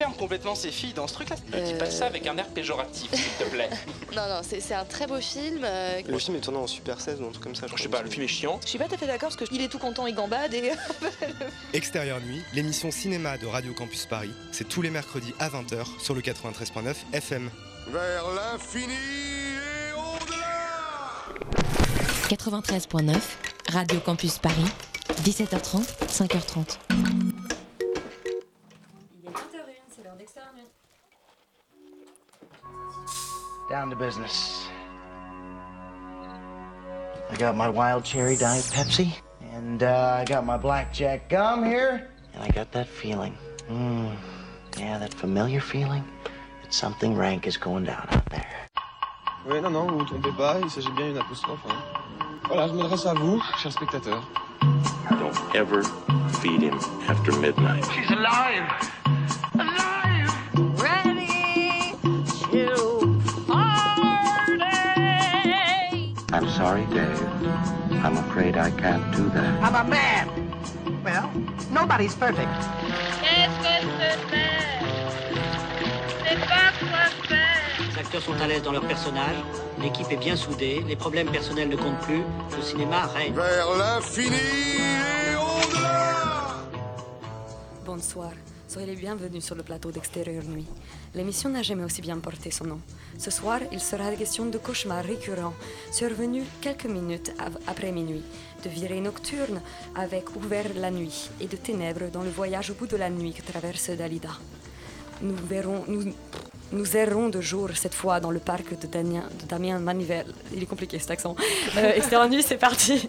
ferme complètement ses filles dans ce truc-là. Ne dis pas ça avec un air péjoratif, s'il te plaît. Non, c'est un très beau film. Le film est tourné en Super 16 ou un truc comme ça. Je sais pas, le film est chiant. Je suis pas tout à fait d'accord parce qu'il est tout content, il gambade et... Extérieure Nuit, l'émission cinéma de Radio Campus Paris, c'est tous les mercredis à 20h sur le 93.9 FM. Vers l'infini et au-delà. 93.9, Radio Campus Paris, 17h30, 5h30. Il est 20h01, c'est l'heure d'Extérieure Nuit. Down to business. I got my wild cherry Diet Pepsi, and I got my blackjack gum here, and I got that feeling. Yeah, that familiar feeling that something rank is going down out there. Oui, non, vous ne vous trompez pas, il s'agit bien d'une apostrophe. Voilà, je m'adresse à vous, chers spectateurs. Don't ever feed him after midnight. She's alive! Alive! Ready to party! I'm sorry, Dave. I'm afraid I can't do that. I'm a man! Well, nobody's perfect. Qu'est-ce que c'est? C'est pas quoi faire. Les acteurs sont à l'aise dans leur personnage, l'équipe est bien soudée, les problèmes personnels ne comptent plus, le cinéma règne. Vers l'infini et au-delà. Bonsoir, soyez les bienvenus sur le plateau d'Extérieure Nuit. L'émission n'a jamais aussi bien porté son nom. Ce soir, il sera question de cauchemars récurrents, survenus quelques minutes après minuit, de virées nocturnes avec Ouvert la nuit et de ténèbres dans le voyage au bout de la nuit que traverse Dalida. Nous errons de jour cette fois dans le parc de Damien Manivelle. Il est compliqué cet accent. Extérieure Nuit, c'est parti.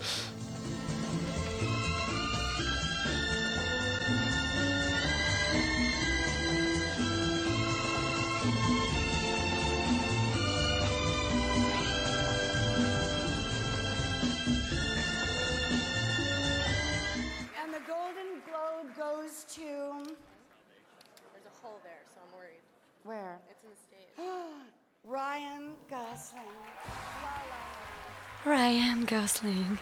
And the Golden Globe goes to... There's a hole there, so I'm worried. Where? It's in the stage. Ryan Gosling. Ryan Gosling.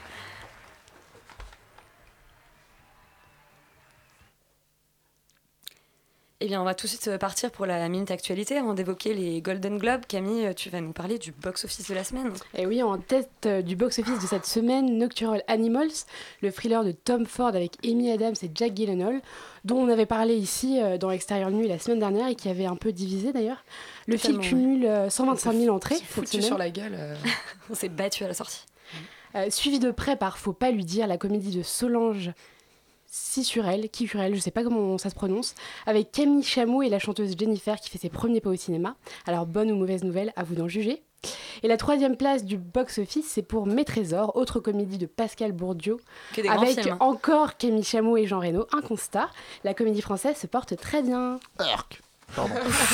Eh bien, on va tout de suite partir pour la minute actualité avant d'évoquer les Golden Globes. Camille, tu vas nous parler du box-office de la semaine. Et oui, en tête du box-office de cette semaine, Nocturnal Animals, le thriller de Tom Ford avec Amy Adams et Jack Gyllenhaal, dont on avait parlé ici dans Extérieur Nuit la semaine dernière et qui avait un peu divisé d'ailleurs. Le film cumule 125 000 entrées. On s'est foutu sur la gueule. On s'est battu à la sortie. Suivi de près par Faut pas lui dire, la comédie de Solange Kikurel, je sais pas comment ça se prononce, avec Camille Chamou et la chanteuse Jennifer qui fait ses premiers pas au cinéma. Alors bonne ou mauvaise nouvelle, à vous d'en juger. Et la 3e place du box-office, c'est pour Mes Trésors, autre comédie de Pascal Bourdieu, avec films, encore Camille Chamou et Jean Reno. Un constat, la comédie française se porte très bien. Pardon.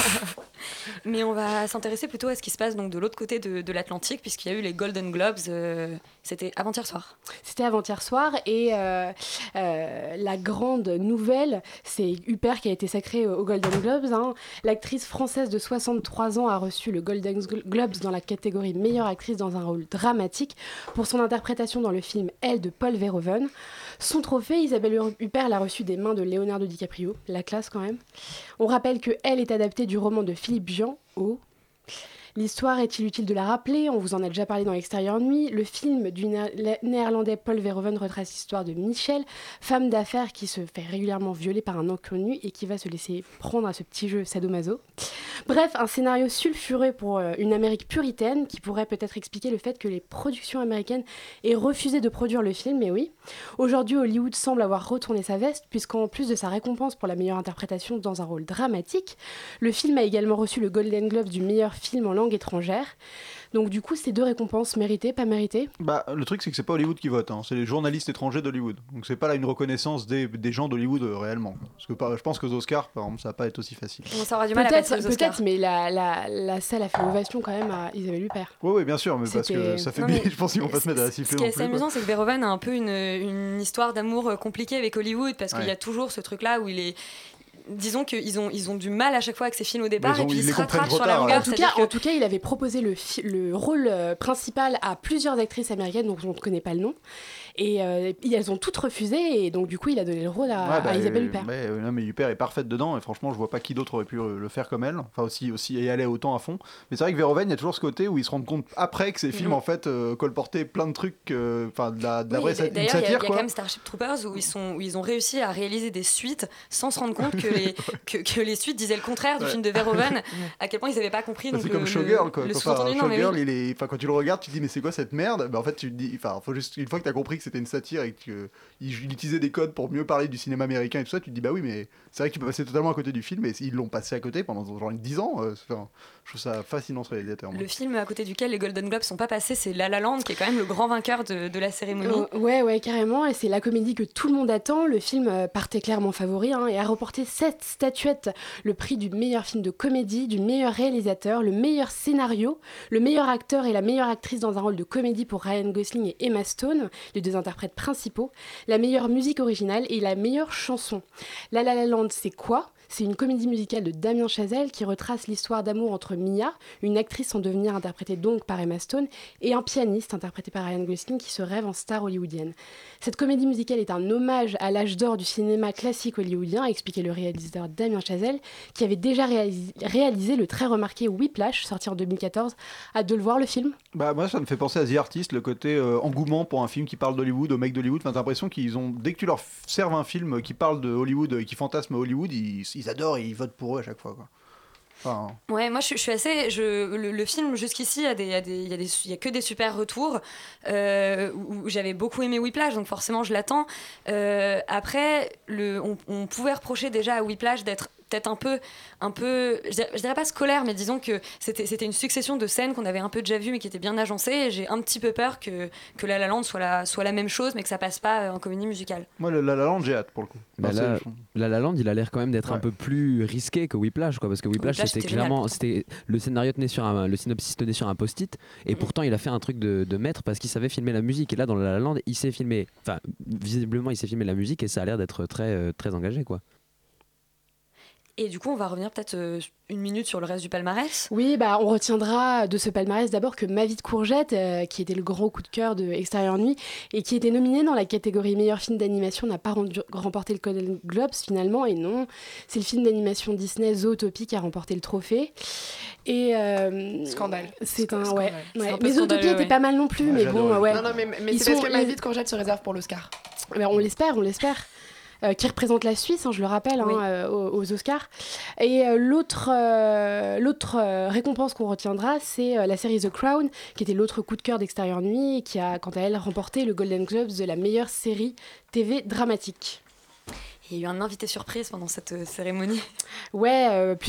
Mais on va s'intéresser plutôt à ce qui se passe donc de l'autre côté de l'Atlantique, puisqu'il y a eu les Golden Globes, c'était avant-hier soir. C'était avant-hier soir, et la grande nouvelle, c'est Huppert qui a été sacrée aux Golden Globes. L'actrice française de 63 ans a reçu le Golden Globes dans la catégorie meilleure actrice dans un rôle dramatique pour son interprétation dans le film Elle de Paul Verhoeven. Son trophée, Isabelle Huppert l'a reçu des mains de Leonardo DiCaprio, la classe quand même. On rappelle que Elle est adaptée du roman de Philippe Jean, Oh. L'histoire, est-il utile de la rappeler ? On vous en a déjà parlé dans Extérieure Nuit. Le film du néerlandais Paul Verhoeven retrace l'histoire de Michel, femme d'affaires qui se fait régulièrement violer par un inconnu et qui va se laisser prendre à ce petit jeu sadomaso. Bref, un scénario sulfureux pour une Amérique puritaine qui pourrait peut-être expliquer le fait que les productions américaines aient refusé de produire le film, mais oui. Aujourd'hui, Hollywood semble avoir retourné sa veste puisqu'en plus de sa récompense pour la meilleure interprétation dans un rôle dramatique, le film a également reçu le Golden Globe du meilleur film en langue étrangère. Donc du coup, c'est 2 récompenses méritées, pas méritées. Le truc, c'est que c'est pas Hollywood qui vote, c'est les journalistes étrangers d'Hollywood. Donc c'est pas là une reconnaissance des gens d'Hollywood réellement. Parce que je pense qu'aux Oscars, par exemple, ça va pas être aussi facile. On s'aura du mal à passer aux Oscars. Peut-être, mais la salle a fait ovation quand même à Isabelle Huppert. Oui, bien sûr, mais parce que ça fait bien. Je pense qu'ils vont pas se mettre à la siffler. Ce qui est assez amusant, c'est que Verhoeven a un peu une histoire d'amour compliquée avec Hollywood, parce qu'il y a toujours ce truc-là où il est... disons qu'ils ont du mal à chaque fois avec ces films au départ, et puis ils se rattrapent sur la retard, longueur. En tout cas, il avait proposé le rôle principal à plusieurs actrices américaines dont on ne connaît pas le nom. Et elles ont toutes refusé, et donc du coup il a donné le rôle à Isabelle Huppert. Non, mais Huppert est parfaite dedans, et franchement je vois pas qui d'autre aurait pu le faire comme elle, enfin aussi et aller autant à fond. Mais c'est vrai que Verhoeven, il y a toujours ce côté où ils se rendent compte après que ces films en fait colportaient plein de trucs, enfin de la vraie satire. D'ailleurs il y a quand même Starship Troopers où ils ont réussi à réaliser des suites sans se rendre compte que les suites disaient le contraire du film de Verhoeven, à quel point ils n'avaient pas compris. C'est comme Showgirl, quoi. Showgirl, quand tu le regardes, tu te dis mais c'est quoi cette merde? En fait tu te dis, faut juste une fois que tu as compris que c'était une satire et qu'il utilisait des codes pour mieux parler du cinéma américain et tout ça, tu te dis bah oui, mais c'est vrai que tu peux passer totalement à côté du film, et ils l'ont passé à côté pendant genre 10 ans. Je trouve ça fascinant ce réalisateur. Le film à côté duquel les Golden Globes sont pas passés, c'est La La Land, qui est quand même le grand vainqueur de la cérémonie. Ouais, carrément, et c'est la comédie que tout le monde attend. Le film partait clairement favori et a remporté 7 statuettes, le prix du meilleur film de comédie, du meilleur réalisateur, le meilleur scénario, le meilleur acteur et la meilleure actrice dans un rôle de comédie pour Ryan Gosling et Emma Stone, les 2 interprètes principaux, la meilleure musique originale et la meilleure chanson. La La Land, c'est quoi ? C'est une comédie musicale de Damien Chazelle qui retrace l'histoire d'amour entre Mia, une actrice en devenir interprétée donc par Emma Stone, et un pianiste interprété par Ryan Gosling qui se rêve en star hollywoodienne. Cette comédie musicale est un hommage à l'âge d'or du cinéma classique hollywoodien, a expliqué le réalisateur Damien Chazelle, qui avait déjà réalisé le très remarqué Whiplash, sorti en 2014. Hâte de le voir, le film ? Bah moi ça me fait penser à The Artist, le côté engouement pour un film qui parle d'Hollywood, aux mecs d'Hollywood. Enfin, t'as l'impression qu'ils ont, dès que tu leur serves un film qui parle de Hollywood et qui fantasme Hollywood, ils adorent et ils votent pour eux à chaque fois, quoi. Enfin... Ouais, moi je suis assez. Le film jusqu'ici, il y a que des super retours. Où j'avais beaucoup aimé Whiplash, donc forcément je l'attends. Après, on pouvait reprocher déjà à Whiplash d'être peut-être un peu je dirais pas scolaire, mais disons que c'était une succession de scènes qu'on avait un peu déjà vues mais qui étaient bien agencées, et j'ai un petit peu peur que La La Land soit la même chose mais que ça passe pas en comédie musicale. Moi La La Land j'ai hâte pour le coup. La La Land il a l'air quand même d'être un peu plus risqué que Whiplash, quoi, parce que Whiplash c'était clairement le scénario le synopsis tenait sur un post-it, et pourtant il a fait un truc de maître parce qu'il savait filmer la musique, et là dans La La Land il sait filmer, enfin visiblement il sait filmer la musique, et ça a l'air d'être très, très engagé, quoi. Et du coup, on va revenir peut-être une minute sur le reste du palmarès. Oui, on retiendra de ce palmarès d'abord que Ma vie de courgette, qui était le gros coup de cœur de Extérieure Nuit, et qui était nominé dans la catégorie meilleur film d'animation, n'a pas remporté le Golden Globes finalement, et non, c'est le film d'animation Disney Zootopie qui a remporté le trophée. Et scandale. C'est un scandale. Mais Zootopie était pas mal non plus, mais bon, ouais. Non, mais c'est parce que Ma vie de courgette se réserve pour l'Oscar. On l'espère. Qui représente la Suisse, je le rappelle, oui. Aux Oscars. Et l'autre récompense qu'on retiendra, c'est la série The Crown, qui était l'autre coup de cœur d'Extérieure Nuit, et qui a, quant à elle, remporté le Golden Globes de la meilleure série TV dramatique. Il y a eu un invité surprise pendant cette cérémonie. Ouais,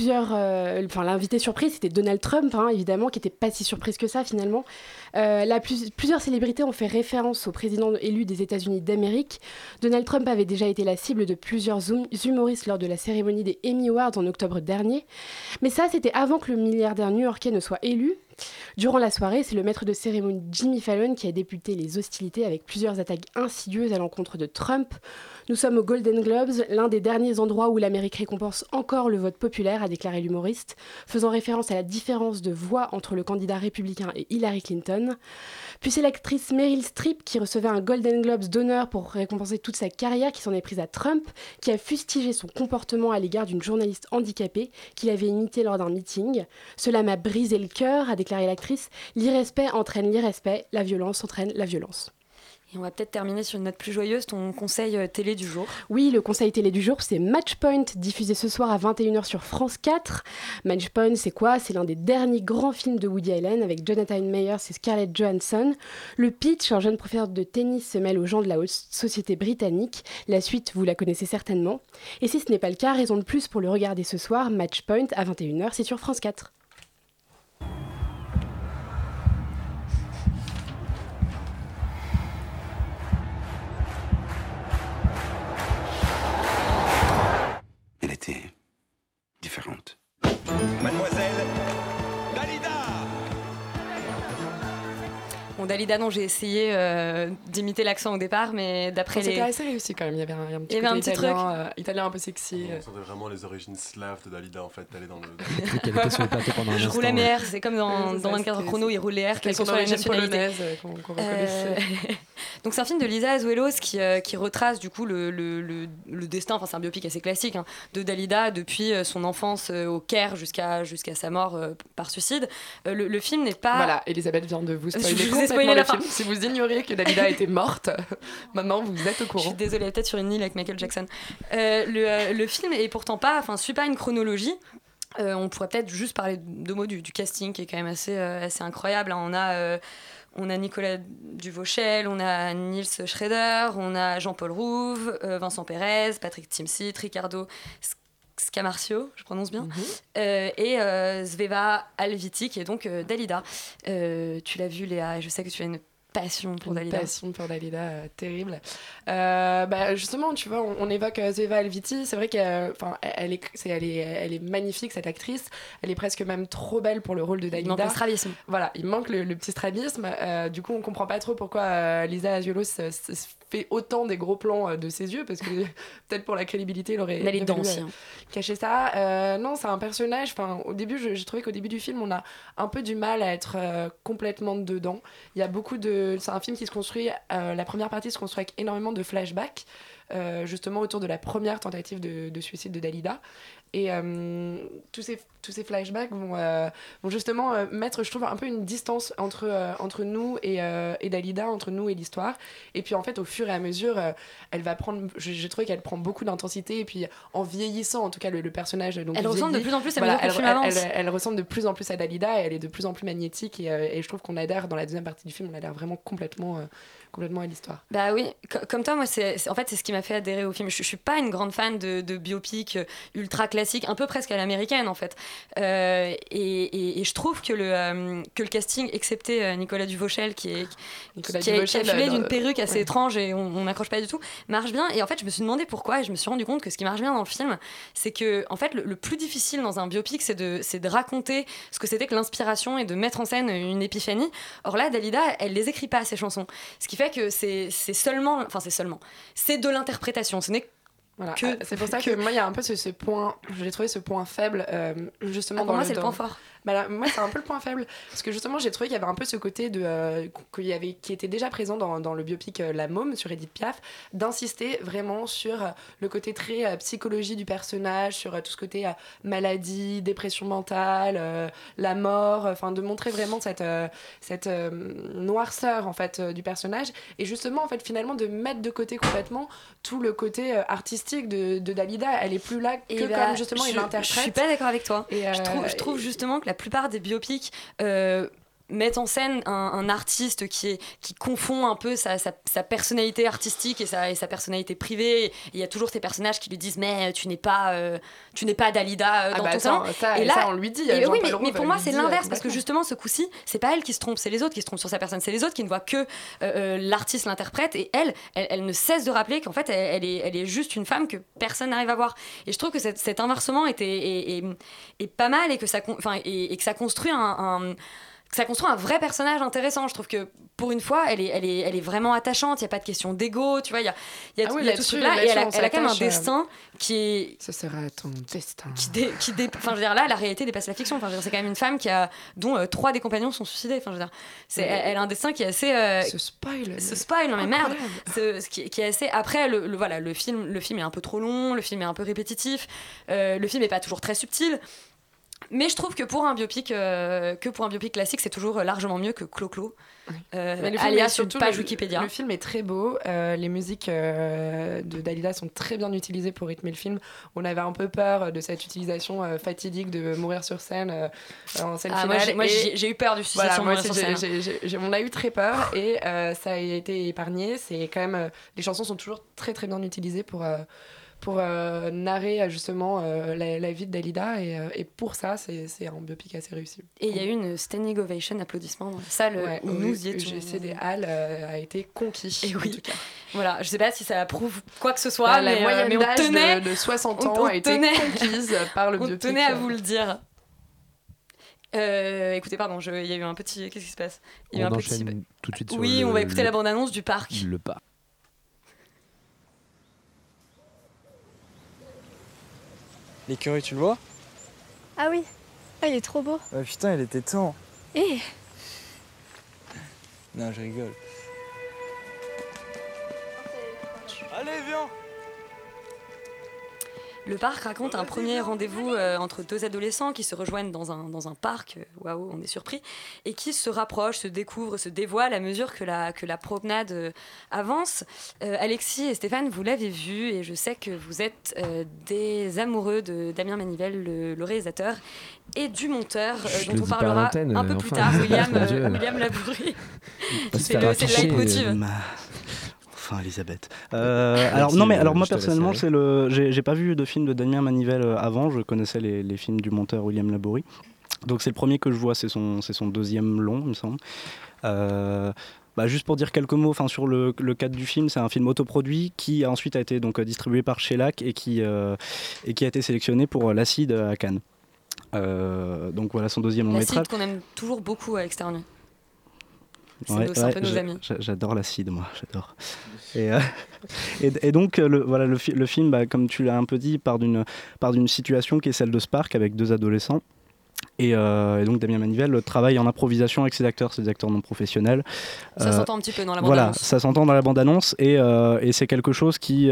l'invité surprise, c'était Donald Trump, évidemment, qui n'était pas si surprise que ça, finalement. Plusieurs célébrités ont fait référence au président élu des États-Unis d'Amérique. Donald Trump avait déjà été la cible de plusieurs humoristes lors de la cérémonie des Emmy Awards en octobre dernier. Mais ça, c'était avant que le milliardaire new-yorkais ne soit élu. Durant la soirée, c'est le maître de cérémonie Jimmy Fallon qui a débuté les hostilités avec plusieurs attaques insidieuses à l'encontre de Trump. Nous sommes au Golden Globes, l'un des derniers endroits où l'Amérique récompense encore le vote populaire, a déclaré l'humoriste, faisant référence à la différence de voix entre le candidat républicain et Hillary Clinton. Puis c'est l'actrice Meryl Streep qui recevait un Golden Globes d'honneur pour récompenser toute sa carrière, qui s'en est prise à Trump, qui a fustigé son comportement à l'égard d'une journaliste handicapée qu'il avait imitée lors d'un meeting. « Cela m'a brisé le cœur », a déclaré l'actrice. « L'irrespect entraîne l'irrespect, la violence entraîne la violence ». Et on va peut-être terminer sur une note plus joyeuse, ton conseil télé du jour. Oui, le conseil télé du jour, c'est Matchpoint, diffusé ce soir à 21h sur France 4. Matchpoint, c'est quoi ? C'est l'un des derniers grands films de Woody Allen avec Jonathan Meyers et Scarlett Johansson. Le pitch, un jeune professeur de tennis se mêle aux gens de la haute société britannique. La suite, vous la connaissez certainement. Et si ce n'est pas le cas, raison de plus pour le regarder ce soir, Matchpoint à 21h, c'est sur France 4. Elle était différente. Mademoiselle Dalida. Bon, Dalida, dont j'ai essayé d'imiter l'accent au départ, mais d'après C'était assez réussi quand même. Il y avait un petit côté italien un peu sexy. On sentait vraiment les origines slaves de Dalida en fait. Elle est dans le. Elle était sur le plateau pendant un instant. Je roulais mes R, c'est comme dans 24 heures chrono, il roule les R, quelle que soit la nationalité. Qu'on reconnaissait. Donc c'est un film de Lisa Azuelos qui retrace du coup le destin, enfin c'est un biopic assez classique, hein, de Dalida depuis son enfance au Caire jusqu'à sa mort par suicide. Le film n'est pas... Voilà, Elisabeth vient de vous spoiler Je vous ai complètement spoilé le film. Si vous ignoriez que Dalida était morte, maintenant vous êtes au courant. Je suis désolée, peut-être sur une île avec Michael Jackson. Le film est pourtant pas, enfin suit pas une chronologie. On pourrait peut-être juste parler 2 mots du casting qui est quand même assez incroyable, hein. On a Nicolas Duvauchel, on a Niels Schrader, on a Jean-Paul Rouve, Vincent Pérez, Patrick Timsit, Ricardo Scamarcio, je prononce bien, et Sveva Alviti qui est donc Dalida. Tu l'as vu, Léa, et je sais que tu as une passion pour Dalida. Passion pour Dalida, terrible. Justement, tu vois, on évoque Sveva Alviti. C'est vrai qu'elle est magnifique, cette actrice. Elle est presque même trop belle pour le rôle de Dalida. Il manque le strabisme. Voilà, il manque le petit strabisme. Du coup, on comprend pas trop pourquoi Lisa Azuelos fait autant des gros plans de ses yeux, parce que peut-être pour la crédibilité, il aurait caché ça. Non, c'est un personnage. Au début, j'ai trouvé qu'au début du film, on a un peu du mal à être complètement dedans. Il y a beaucoup c'est un film qui se construit, la première partie se construit avec énormément de flashbacks, justement autour de la première tentative de suicide de Dalida. Et tous ces flashbacks vont justement mettre, je trouve, un peu une distance entre nous et Dalida, entre nous et l'histoire. Et puis en fait, au fur et à mesure, elle va prendre, j'ai trouvé qu'elle prend beaucoup d'intensité. Et puis en vieillissant, en tout cas, le personnage, donc, elle ressemble de plus en plus à mesure que le film avance. Elle ressemble de plus en plus à Dalida, et elle est de plus en plus magnétique. Et je trouve qu'on adhère, dans la deuxième partie du film, on adhère vraiment complètement à l'histoire. Bah oui, comme toi, moi, c'est ce qui m'a fait adhérer au film. Je suis pas une grande fan de biopic ultra classique, un peu presque à l'américaine en fait. Et je trouve que le casting, excepté Nicolas Duvauchel qui a filé d'une perruque assez étrange et on n'accroche pas du tout, marche bien. Et en fait, je me suis demandé pourquoi, et je me suis rendu compte que ce qui marche bien dans le film, c'est que en fait, le plus difficile dans un biopic, c'est de raconter ce que c'était que l'inspiration et de mettre en scène une épiphanie. Or là, Dalida, elle les écrit pas, ces chansons. Ce qui fait que c'est de l'interprétation, ce n'est voilà. C'est pour ça que moi il y a un peu ce point, j'ai trouvé ce point faible justement pour moi c'est le point fort. Moi c'est un peu le point faible parce que justement j'ai trouvé qu'il y avait un peu ce côté qui était déjà présent dans le biopic La Môme sur Edith Piaf, d'insister vraiment sur le côté très psychologie du personnage, sur tout ce côté maladie, dépression mentale, la mort, de montrer vraiment cette noirceur en fait du personnage, et justement en fait finalement de mettre de côté complètement tout le côté artistique de Dalida. Elle est plus là que comme justement une interprète. Je suis pas d'accord avec toi. Je trouve justement que la plupart des biopics mettent en scène un artiste qui confond un peu sa personnalité artistique et sa personnalité privée. Il y a toujours ces personnages qui lui disent mais tu n'es pas Dalida dans ton talent. Et là on lui dit. Oui, mais pour moi c'est l'inverse, parce que justement ce coup-ci c'est pas elle qui se trompe, c'est les autres qui se trompent sur sa personne, c'est les autres qui ne voient que l'artiste l'interprète, et elle ne cesse de rappeler qu'en fait elle est juste une femme que personne n'arrive à voir. Et je trouve que cet inversement est pas mal, et que ça construit ça construit un vrai personnage intéressant. Je trouve que pour une fois elle est vraiment attachante, il n'y a pas de question d'ego, tu vois, il y a tout ce truc là, et elle a quand même un destin qui est... Ce sera ton destin. Là la réalité dépasse la fiction. C'est quand même une femme dont 3 des compagnons sont suicidés. Elle a un destin qui est assez... Ce spoil, non mais merde. Qui est assez... Après le film est un peu trop long, le film est un peu répétitif, le film n'est pas toujours très subtil. Mais je trouve que pour un biopic classique, c'est toujours largement mieux que Clo-Clo, alias une page Wikipédia. Le film est très beau, les musiques de Dalida sont très bien utilisées pour rythmer le film. On avait un peu peur de cette utilisation fatidique de mourir sur scène en scène finale. Moi j'ai eu peur du suicide sur mourir sur scène. On a eu très peur, et ça a été épargné. C'est quand même, les chansons sont toujours très très bien utilisées pour narrer justement la vie de Dalida, et pour ça c'est un biopic assez réussi. Et il y a eu une standing ovation, applaudissements dans la salle où nous y étions. UGC des Halles a été conquis. Et oui. En tout cas. Voilà, je sais pas si ça prouve quoi que ce soit, la moyenne mais on tenait de 60 ans a été conquise par le biopic. On tenait à vous le dire. Écoutez, pardon, il y a eu un petit... Qu'est-ce qui se passe? Il y a eu On un enchaîne petit... tout de suite sur Oui, on va écouter la bande-annonce du parc. Le parc. L'écureuil, tu le vois? Ah oui, ah, il est trop beau. Ouais, putain, il était temps. Eh, Non, je rigole. Allez, viens! Le parc raconte un premier rendez-vous entre deux adolescents qui se rejoignent dans un parc, waouh, on est surpris, et qui se rapprochent, se découvrent, se dévoilent à mesure que la promenade avance. Alexis et Stéphane, vous l'avez vu, et je sais que vous êtes des amoureux de Damien Manivelle, le réalisateur, et du monteur, dont on parlera un peu plus tard, William Labourie. C'est le leitmotiv. Enfin, Elisabeth. Alors moi personnellement, j'ai pas vu de film de Damien Manivelle avant. Je connaissais les films du monteur William Labourie. Donc c'est le premier que je vois. C'est son deuxième long, il me semble. Juste pour dire quelques mots sur le cadre du film, c'est un film autoproduit qui ensuite a été donc distribué par Shellac et qui a été sélectionné pour l'Acide à Cannes. Donc voilà son deuxième long métrage. L'Acide qu'on aime toujours beaucoup à Extérieur Nuit. C'est un peu nos amis. J'adore l'acide, moi, j'adore. Et donc, le film, comme tu l'as un peu dit, part d'une situation qui est celle de Spark avec deux adolescents. Et donc, Damien Manivelle travaille en improvisation avec ses acteurs non professionnels. Ça s'entend un petit peu dans la bande-annonce. Voilà, ça s'entend dans la bande-annonce et c'est quelque chose qui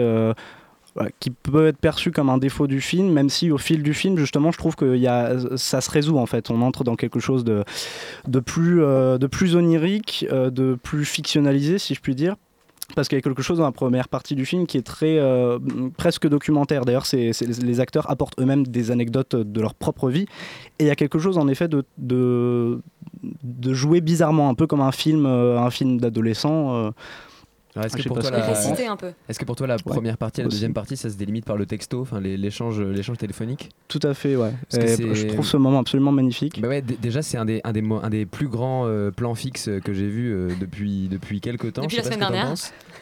peut être perçu comme un défaut du film, même si au fil du film, justement, je trouve que ça se résout en fait. On entre dans quelque chose de plus onirique, de plus fictionnalisé, si je puis dire. Parce qu'il y a quelque chose dans la première partie du film qui est très presque documentaire. D'ailleurs, les acteurs apportent eux-mêmes des anecdotes de leur propre vie. Et il y a quelque chose en effet de jouer bizarrement, un peu comme un film d'adolescent. Alors, est-ce que pour toi la première partie et la deuxième partie ça se délimite par le texto, l'échange téléphonique? Tout à fait, ouais. Je trouve ce moment absolument magnifique. Bah ouais, déjà c'est un des plus grands plans fixes que j'ai vu depuis quelques temps. Depuis la semaine dernière.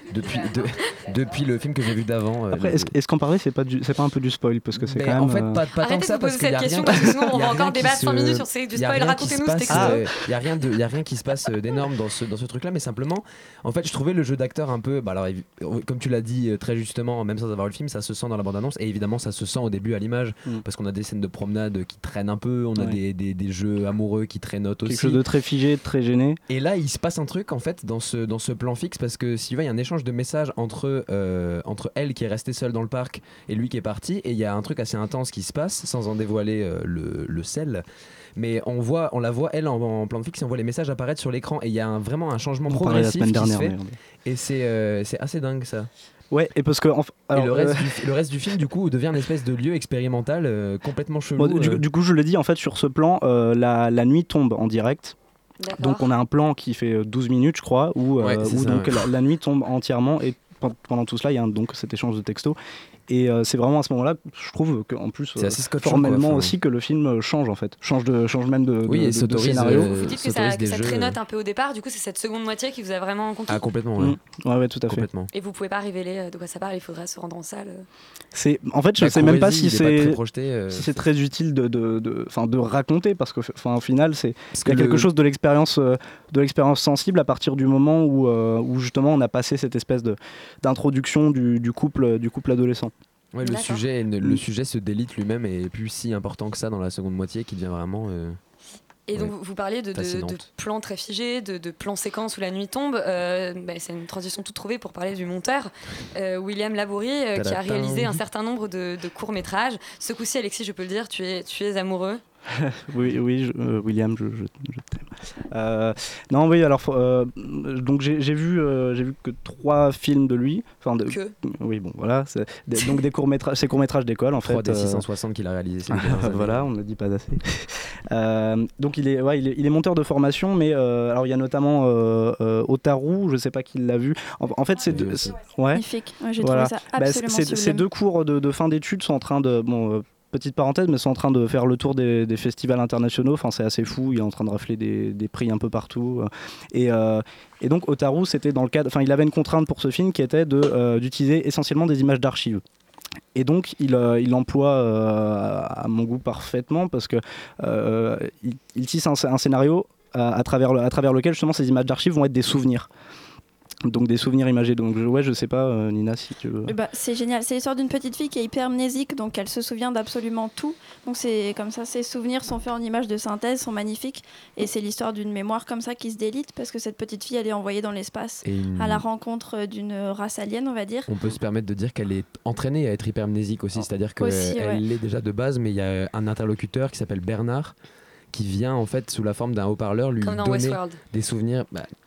Depuis le film que j'ai vu d'avant. Après, est-ce qu'en parler c'est pas un peu du spoil parce que c'est quand même. En fait, pas tant que ça parce qu'il y a rien. Parce que sinon on va encore débattre 5 minutes sur du spoil. Racontez-nous ce texto. Il y a rien qui se passe d'énorme dans ce truc-là, mais simplement, en fait, je trouvais le jeu d'acteur un peu, alors comme tu l'as dit très justement, même sans avoir le film, ça se sent dans la bande-annonce et évidemment ça se sent au début à l'image parce qu'on a des scènes de promenade qui traînent un peu, on a des jeux amoureux qui traînotent aussi. Quelque chose de très figé, de très gêné. Et là il se passe un truc en fait dans ce plan fixe parce que s'il y a un échange de messages entre elle qui est restée seule dans le parc et lui qui est parti et il y a un truc assez intense qui se passe sans en dévoiler le sel. Mais on la voit elle en plan fixe et on voit les messages apparaître sur l'écran et il y a vraiment un changement progressif qui se fait et c'est assez dingue ça. Ouais, et parce que le reste du film du coup devient une espèce de lieu expérimental complètement chelou. Du coup je le dis en fait sur ce plan la nuit tombe en direct. D'accord. Donc on a un plan qui fait 12 minutes je crois où la nuit tombe entièrement et pendant tout cela il y a donc cet échange de textos. Et c'est vraiment à ce moment-là, je trouve qu'en plus, formellement aussi, que le film change en fait. Change même de scénario. Vous dites que ça trénote un peu au départ, du coup c'est cette seconde moitié qui vous a vraiment conquis. Ah complètement, ouais. Ouais, tout à fait. Et vous pouvez pas révéler de quoi ça parle, il faudra se rendre en salle. En fait, je sais même pas si c'est très utile de raconter, parce que au final, il y a quelque chose de l'expérience sensible à partir du moment où justement on a passé cette espèce d'introduction du couple adolescent. Ouais, le sujet se délite lui-même et est plus si important que ça dans la seconde moitié qui devient vraiment. Et donc vous parliez de plans très figés, de plans séquences où la nuit tombe. C'est une transition toute trouvée pour parler du monteur William Labourie qui a réalisé un certain nombre de courts-métrages. Ce coup-ci, Alexis, je peux le dire, tu es amoureux. Oui, William, je t'aime. Non, oui, alors donc j'ai vu que 3 films de lui. Oui, bon, voilà. Donc ces courts-métrages d'école, en fait. 3 des 660 qu'il a réalisé. Voilà, on ne le dit pas assez. Donc il est monteur de formation, mais alors il y a notamment Otaru, je ne sais pas qui l'a vu. En fait, c'est magnifique. Ouais, j'ai trouvé ça absolument sublime. Ces 2 cours de fin d'études sont en train de petite parenthèse, mais sont en train de faire le tour des festivals internationaux. Enfin, c'est assez fou. Il est en train de rafler des prix un peu partout. Et donc, Otaru, c'était dans le cadre. Enfin, il avait une contrainte pour ce film qui était d'utiliser essentiellement des images d'archives. Et donc, il emploie, à mon goût, parfaitement, parce que il tisse un scénario à travers lequel, justement, ces images d'archives vont être des souvenirs. Donc des souvenirs imagés. Donc je sais pas, Nina, si tu veux. C'est génial. C'est l'histoire d'une petite fille qui est hyper amnésique, donc elle se souvient d'absolument tout. Donc c'est comme ça, ses souvenirs sont faits en images de synthèse, sont magnifiques. Et c'est l'histoire d'une mémoire comme ça qui se délite, parce que cette petite fille, elle est envoyée dans l'espace à la rencontre d'une race alien, on va dire. On peut se permettre de dire qu'elle est entraînée à être hyper-amnésique aussi, c'est-à-dire qu'elle l'est déjà de base, mais il y a un interlocuteur qui s'appelle Bernard, qui vient en fait sous la forme d'un haut-parleur lui donner des souvenirs.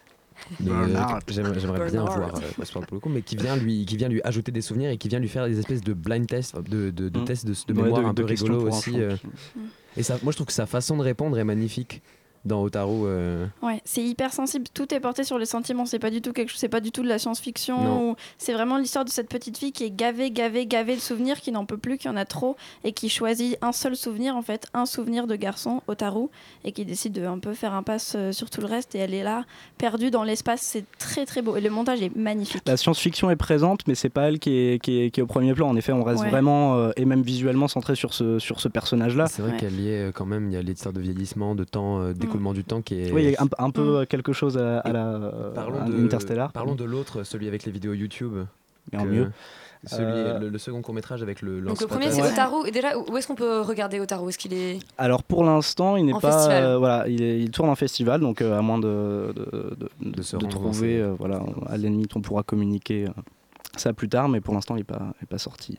J'aimerais bien voir Westworld pour le coup, mais qui vient lui ajouter des souvenirs et qui vient lui faire des espèces de blind tests, de tests de mémoire un peu rigolo aussi. Et ça, moi je trouve que sa façon de répondre est magnifique dans Otaru. Ouais, c'est hyper sensible. Tout est porté sur les sentiments. C'est pas du tout c'est pas du tout de la science-fiction. C'est vraiment l'histoire de cette petite fille qui est gavée de souvenirs, qui n'en peut plus, qui en a trop, et qui choisit un seul souvenir, en fait, un souvenir de garçon, Otaru, et qui décide de un peu faire impasse sur tout le reste. Et elle est là, perdue dans l'espace. C'est très très beau. Et le montage est magnifique. La science-fiction est présente, mais c'est pas elle qui est au premier plan. En effet, on reste vraiment et même visuellement centré sur ce personnage-là. C'est vrai qu'elle y est quand même. Il y a l'histoire de vieillissement, de temps. Du temps qui est... Oui, il y a un peu quelque chose à Interstellar. Parlons de l'autre, celui avec les vidéos YouTube. Mais en mieux. Le second court-métrage avec le lance. Donc le premier c'est Otaru. Et déjà, où est-ce qu'on peut regarder Otaru? Est-ce qu'il est... Alors pour l'instant, il n'est pas... il tourne en festival, donc à moins de trouver... à la limite, on pourra communiquer ça plus tard, mais pour l'instant, il n'est pas sorti.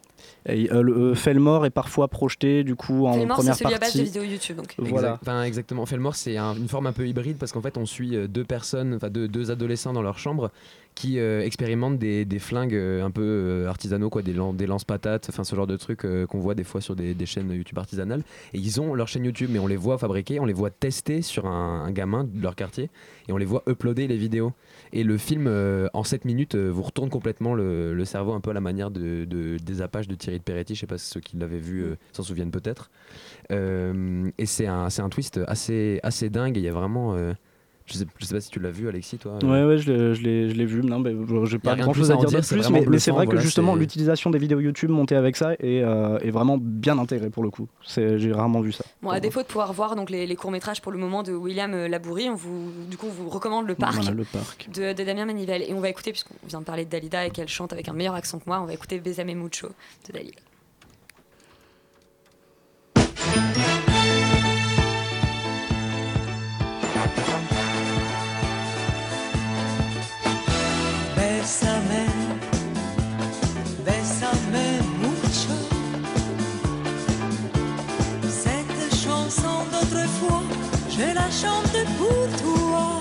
Le Felmore est parfois projeté du coup en Felmore, première c'est celui partie. à base de vidéos YouTube. Donc. Voilà. Exactement. Felmore, c'est une forme un peu hybride parce qu'en fait, on suit deux adolescents dans leur chambre qui expérimentent des flingues un peu artisanaux, quoi, des lance-patates, ce genre de trucs qu'on voit des fois sur des chaînes YouTube artisanales. Et ils ont leur chaîne YouTube, mais on les voit fabriquer, on les voit tester sur un gamin de leur quartier et on les voit uploader les vidéos. Et le film, en 7 minutes, vous retourne complètement le cerveau un peu à la manière des Apaches de Thierry de Peretti. Je sais pas si ceux qui l'avaient vu s'en souviennent peut-être. Et c'est un twist assez dingue. Et il y a vraiment... Je sais pas si tu l'as vu, Alexis, toi. Ouais, je l'ai vu. Non, j'ai pas grand chose à dire de plus, mais c'est vrai que justement l'utilisation des vidéos YouTube montées avec ça est vraiment bien intégrée pour le coup. J'ai rarement vu ça. Bon, à défaut de pouvoir voir donc les courts-métrages pour le moment de William Labourie, on vous recommande Le Parc, de Damien Manivelle. Et on va écouter, puisqu'on vient de parler de Dalida et qu'elle chante avec un meilleur accent que moi, on va écouter Besame Mucho de Dalida. Bésame mucho. Cette chanson d'autrefois, je la chante pour toi.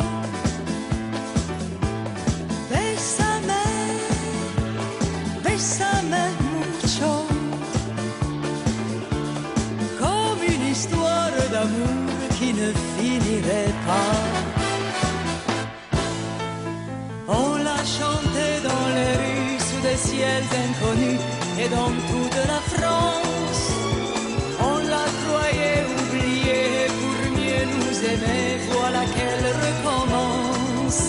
Bésame mucho. Comme une histoire d'amour qui ne finirait pas. On l'a chanté dans les rues sous des ciels inconnus et dans toute la France. On la croyait oubliée pour mieux nous aimer, voilà qu'elle recommence.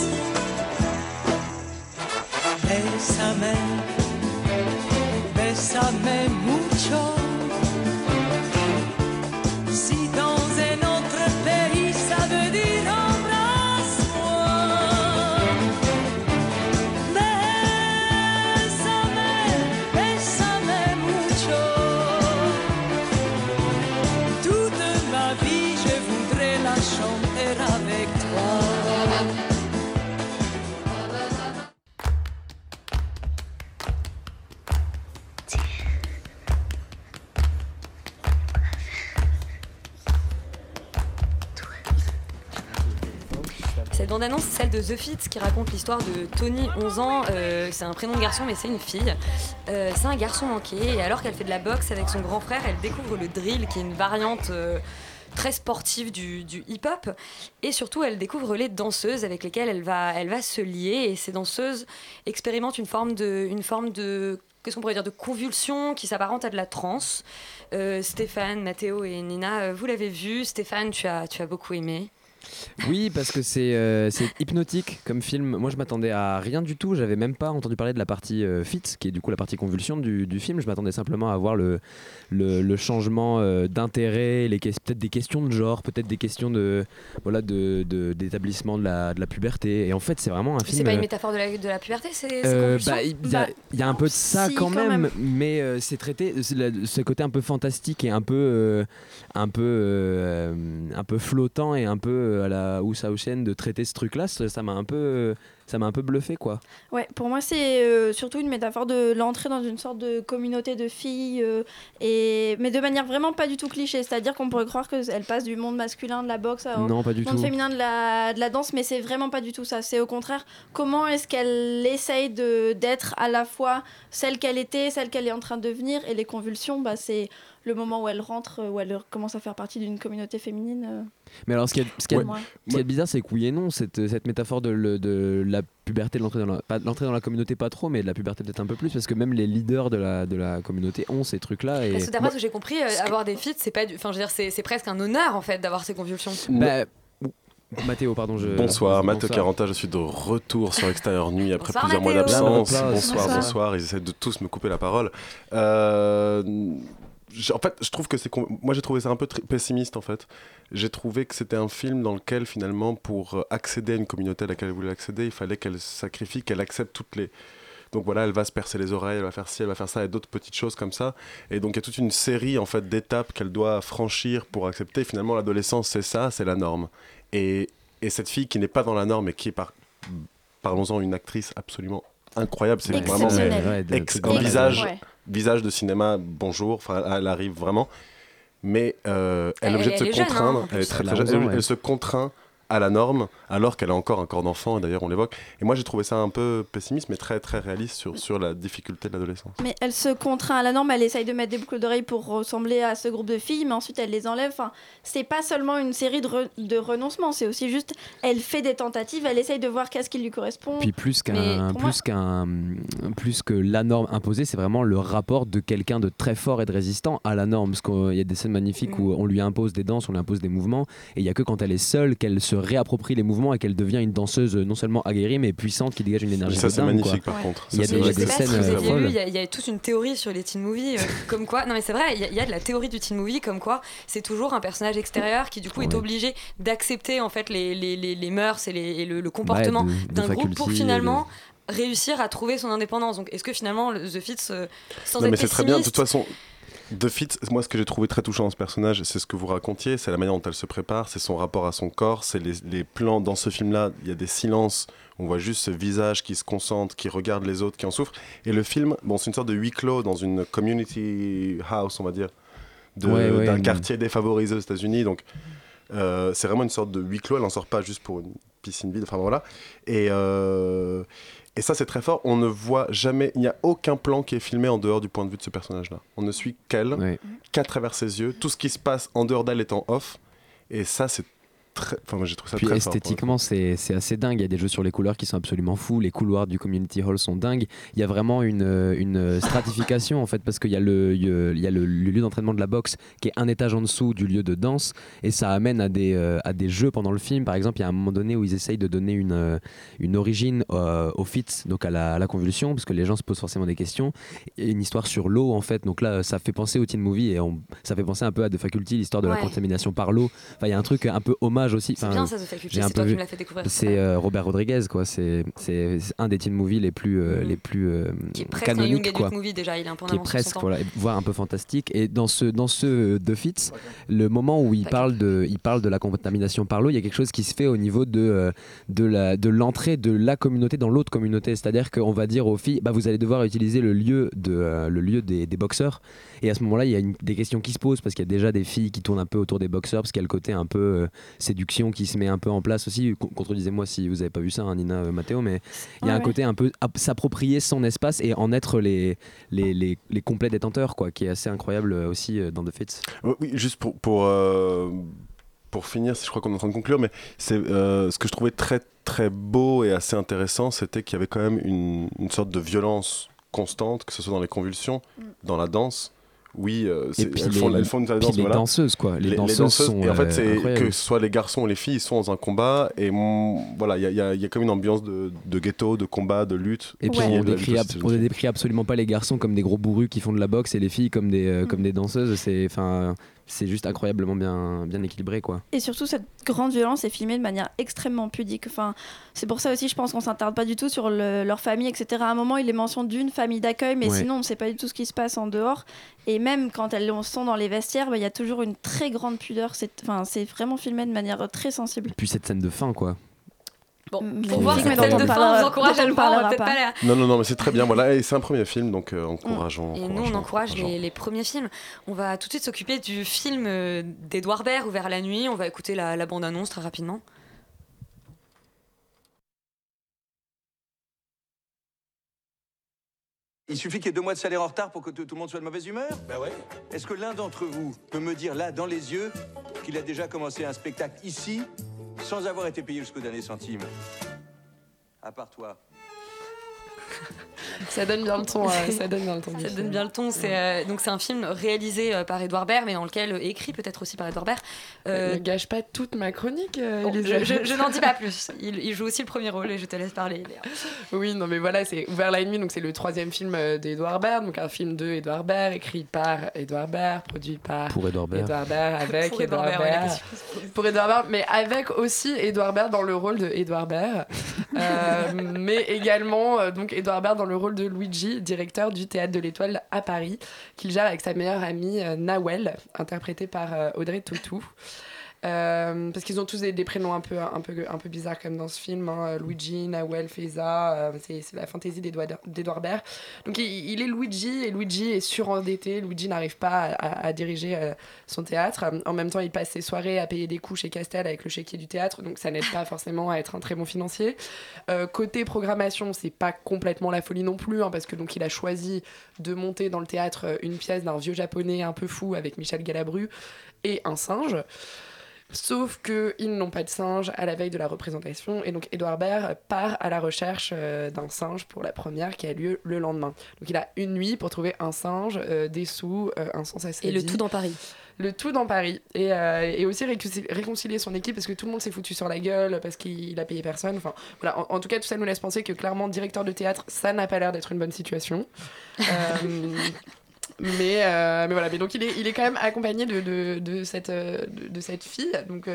Bésame mucho. Si dans un autre pays ça veut dire embrasse-moi. Bésame mucho. Toute ma vie je voudrais la chanter avec toi. Cette bande-annonce, c'est celle de The Fit qui raconte l'histoire de Tony, 11 ans. C'est un prénom de garçon, mais c'est une fille. C'est un garçon manqué. Et alors qu'elle fait de la boxe avec son grand frère, elle découvre le drill, qui est une variante très sportive du hip-hop. Et surtout, elle découvre les danseuses avec lesquelles elle va se lier. Et ces danseuses expérimentent une forme de qu'est-ce qu'on pourrait dire, de convulsion qui s'apparente à de la transe. Stéphane, Mathéo et Nina, vous l'avez vu. Stéphane, tu as beaucoup aimé. Oui, parce que c'est hypnotique comme film. Moi, je m'attendais à rien du tout. J'avais même pas entendu parler de la partie fit, qui est du coup la partie convulsion du film. Je m'attendais simplement à voir le changement d'intérêt, peut-être des questions de genre, peut-être des questions d'établissement de la puberté. Et en fait, c'est vraiment un film. C'est pas une métaphore de la puberté, c'est il y a un peu de ça quand même, mais c'est traité. Ce côté un peu fantastique et un peu flottant et un peu à la Haussausienne de traiter ce truc-là, ça m'a un peu bluffé, quoi. Ouais, pour moi c'est surtout une métaphore de l'entrée dans une sorte de communauté de filles, mais de manière vraiment pas du tout cliché, c'est-à-dire qu'on pourrait croire qu'elle passe du monde masculin de la boxe au monde féminin de la danse, mais c'est vraiment pas du tout ça. C'est au contraire, comment est-ce qu'elle essaye d'être à la fois celle qu'elle était, celle qu'elle est en train de devenir, et les convulsions, c'est le moment où elle rentre, où elle commence à faire partie d'une communauté féminine. Mais alors, ce qui est bizarre, c'est que oui et non, cette métaphore de la puberté, de l'entrée dans la communauté, pas trop, mais de la puberté peut-être un peu plus, parce que même les leaders de la communauté ont ces trucs-là. Et... Parce que d'après ce que j'ai compris, avoir des feats, c'est presque un honneur en fait d'avoir ces convulsions. Mathéo, pardon. Bonsoir, Mathéo Caranta, je suis de retour sur Extérieur Nuit après plusieurs mois d'absence. Bonsoir, ils essaient de tous me couper la parole. En fait, je trouve que moi j'ai trouvé ça un peu pessimiste en fait. J'ai trouvé que c'était un film dans lequel finalement pour accéder à une communauté à laquelle elle voulait accéder, il fallait qu'elle sacrifie, qu'elle accepte toutes les... Donc voilà, elle va se percer les oreilles, elle va faire ci, elle va faire ça et d'autres petites choses comme ça. Et donc il y a toute une série en fait d'étapes qu'elle doit franchir pour accepter. Finalement l'adolescence c'est ça, c'est la norme. Et cette fille qui n'est pas dans la norme et qui est parlons-en une actrice absolument incroyable, c'est vraiment un visage de cinéma, bonjour, elle arrive vraiment, mais elle est obligée de se contraindre, elle est très jeune, elle se contraint à la norme, alors qu'elle a encore un corps d'enfant, et d'ailleurs on l'évoque. Et moi j'ai trouvé ça un peu pessimiste, mais très très réaliste sur la difficulté de l'adolescence. Mais elle se contraint à la norme, elle essaye de mettre des boucles d'oreilles pour ressembler à ce groupe de filles, mais ensuite elle les enlève. Enfin, c'est pas seulement une série de renoncements, c'est aussi juste, elle fait des tentatives, elle essaye de voir qu'est-ce qui lui correspond. Puis plus que la norme imposée, c'est vraiment le rapport de quelqu'un de très fort et de résistant à la norme. Parce qu'il y a des scènes magnifiques où on lui impose des danses, on lui impose des mouvements, et il y a que quand elle est seule qu'elle se réapproprie les mouvements et qu'elle devient une danseuse non seulement aguerrie mais puissante qui dégage une énergie. Ça c'est magnifique par contre. Il y a des scènes folles. Il y a toute une théorie sur les teen movies comme quoi. Non mais c'est vrai, il y a de la théorie du teen movie comme quoi c'est toujours un personnage extérieur qui du coup est obligé d'accepter en fait les mœurs et le comportement d'un groupe pour finalement réussir à trouver son indépendance. Donc est-ce que finalement The Fits sans être pessimiste, c'est très bien de toute façon. The Fit, moi ce que j'ai trouvé très touchant dans ce personnage, c'est ce que vous racontiez, c'est la manière dont elle se prépare, c'est son rapport à son corps, c'est les plans dans ce film-là, il y a des silences, on voit juste ce visage qui se concentre, qui regarde les autres, qui en souffrent. Et le film, c'est une sorte de huis clos dans une community house, on va dire, d'un quartier défavorisé aux États-Unis. Donc c'est vraiment une sorte de huis clos, elle n'en sort pas juste pour une piscine vide, enfin voilà. Et ça, c'est très fort. On ne voit jamais... Il n'y a aucun plan qui est filmé en dehors du point de vue de ce personnage-là. On ne suit qu'à travers ses yeux. Tout ce qui se passe en dehors d'elle est en off. Et ça, c'est très... Enfin, moi, j'ai trouvé ça très fort. Puis esthétiquement, c'est assez dingue. Il y a des jeux sur les couleurs qui sont absolument fous. Les couloirs du Community Hall sont dingues. Il y a vraiment une stratification, en fait, parce qu'il y a le lieu d'entraînement de la boxe qui est un étage en dessous du lieu de danse. Et ça amène à des jeux pendant le film. Par exemple, il y a un moment donné où ils essayent de donner une origine au fit, donc à la convulsion, parce que les gens se posent forcément des questions. Et une histoire sur l'eau, en fait. Donc là, ça fait penser au teen movie et ça fait penser un peu à The Faculty, l'histoire de la contamination par l'eau. Enfin, il y a un truc un peu hommage aussi. C'est bien ça, The Faculty, c'est toi qui me l'as fait découvrir. C'est Robert Rodriguez, quoi. C'est un des teen movies les plus qui est presque canoniques, un young quoi. adult movie déjà, il est un peu en avance sur son temps. Voire un peu fantastique. Et dans ce The Fits, le moment où il parle de la contamination par l'eau, il y a quelque chose qui se fait au niveau de l'entrée de la communauté dans l'autre communauté. C'est-à-dire qu'on va dire aux filles, vous allez devoir utiliser le lieu des boxeurs. Et à ce moment-là, il y a des questions qui se posent parce qu'il y a déjà des filles qui tournent un peu autour des boxeurs parce qu'il y a le côté un peu séduction qui se met un peu en place aussi. Contredisez-moi si vous n'avez pas vu ça, Nina, Mathéo, mais il y a un côté un peu s'approprier son espace et en être les complets détenteurs, quoi, qui est assez incroyable aussi dans The Fits. Oui, juste pour finir, je crois qu'on est en train de conclure, mais c'est ce que je trouvais très très beau et assez intéressant, c'était qu'il y avait quand même une sorte de violence constante, que ce soit dans les convulsions, dans la danse, oui, elles font une danse. Les danseuses, quoi. Les danseuses sont. Et en fait, c'est que ce soit les garçons ou les filles, ils sont dans un combat. Et voilà, il y a comme une ambiance de ghetto, de combat, de lutte. Et puis on ne décrit absolument pas les garçons comme des gros bourrus qui font de la boxe et les filles comme des danseuses. C'est juste incroyablement bien équilibré, quoi. Et surtout, cette grande violence est filmée de manière extrêmement pudique. Enfin, c'est pour ça aussi, je pense qu'on s'attarde pas du tout sur leur famille, etc. À un moment, il est mention d'une famille d'accueil, mais sinon, on ne sait pas du tout ce qui se passe en dehors. Et même quand elles sont dans les vestiaires, il y a toujours une très grande pudeur. C'est vraiment filmé de manière très sensible. Et puis cette scène de fin, quoi. Bon, pour voir cette scène de fin, on vous encourage à le voir, on va peut-être pas la... Non, mais c'est très bien, voilà, et c'est un premier film, donc encourageons. Et nous, on encourage les premiers films. On va tout de suite s'occuper du film d'Edouard Baird, Ouvert la nuit. On va écouter la bande-annonce très rapidement. Il suffit qu'il y ait 2 mois de salaire en retard pour que tout le monde soit de mauvaise humeur? Ben ouais. Est-ce que l'un d'entre vous peut me dire là, dans les yeux, qu'il a déjà commencé un spectacle ici, sans avoir été payé jusqu'au dernier centime? À part toi. Ça donne bien le ton. Ça donne bien le ton. C'est un film réalisé par Edouard Baird, mais dans lequel écrit peut-être aussi par Edouard Baird. Ne gâche pas toute ma chronique. Je n'en dis pas plus. Il joue aussi le premier rôle et je te laisse parler. Oui, non, mais voilà, c'est Ouvert la nuit, donc c'est le 3e film d'Edouard Baird, donc un film de Edouard Baird, écrit par Edouard Baird, produit par Edouard Baird, avec pour Edouard Baird, pour Edouard Baird, mais avec aussi Edouard Baird dans le rôle de Edouard Baird, mais également donc Edouard Baird dans le rôle de Luigi, directeur du Théâtre de l'Étoile à Paris, qu'il gère avec sa meilleure amie Nawel, interprétée par Audrey Tautou. Parce qu'ils ont tous des prénoms un peu bizarres comme dans ce film, hein. Luigi, Nawel, Feza, c'est la fantaisie d'Edouard Baird. Donc il est Luigi, et Luigi est surendetté. Luigi n'arrive pas à diriger son théâtre. En même temps, il passe ses soirées à payer des coups chez Castel avec le chéquier du théâtre, donc ça n'aide pas forcément à être un très bon financier. Côté programmation, c'est pas complètement la folie non plus, hein, parce que donc il a choisi de monter dans le théâtre une pièce d'un vieux japonais un peu fou avec Michel Galabru et un singe. Sauf qu'ils n'ont pas de singe à la veille de la représentation, et donc Edouard Baird part à la recherche d'un singe pour la première qui a lieu le lendemain. Donc il a une nuit pour trouver un singe, des sous, un sens à sa vie. Et le tout dans Paris. Le tout dans Paris. Et aussi réconcilier son équipe, parce que tout le monde s'est foutu sur la gueule, parce qu'il a payé personne. Enfin, voilà. En tout cas, tout ça nous laisse penser que clairement, directeur de théâtre, ça n'a pas l'air d'être une bonne situation. Mais voilà, mais donc il est quand même accompagné de cette fille, donc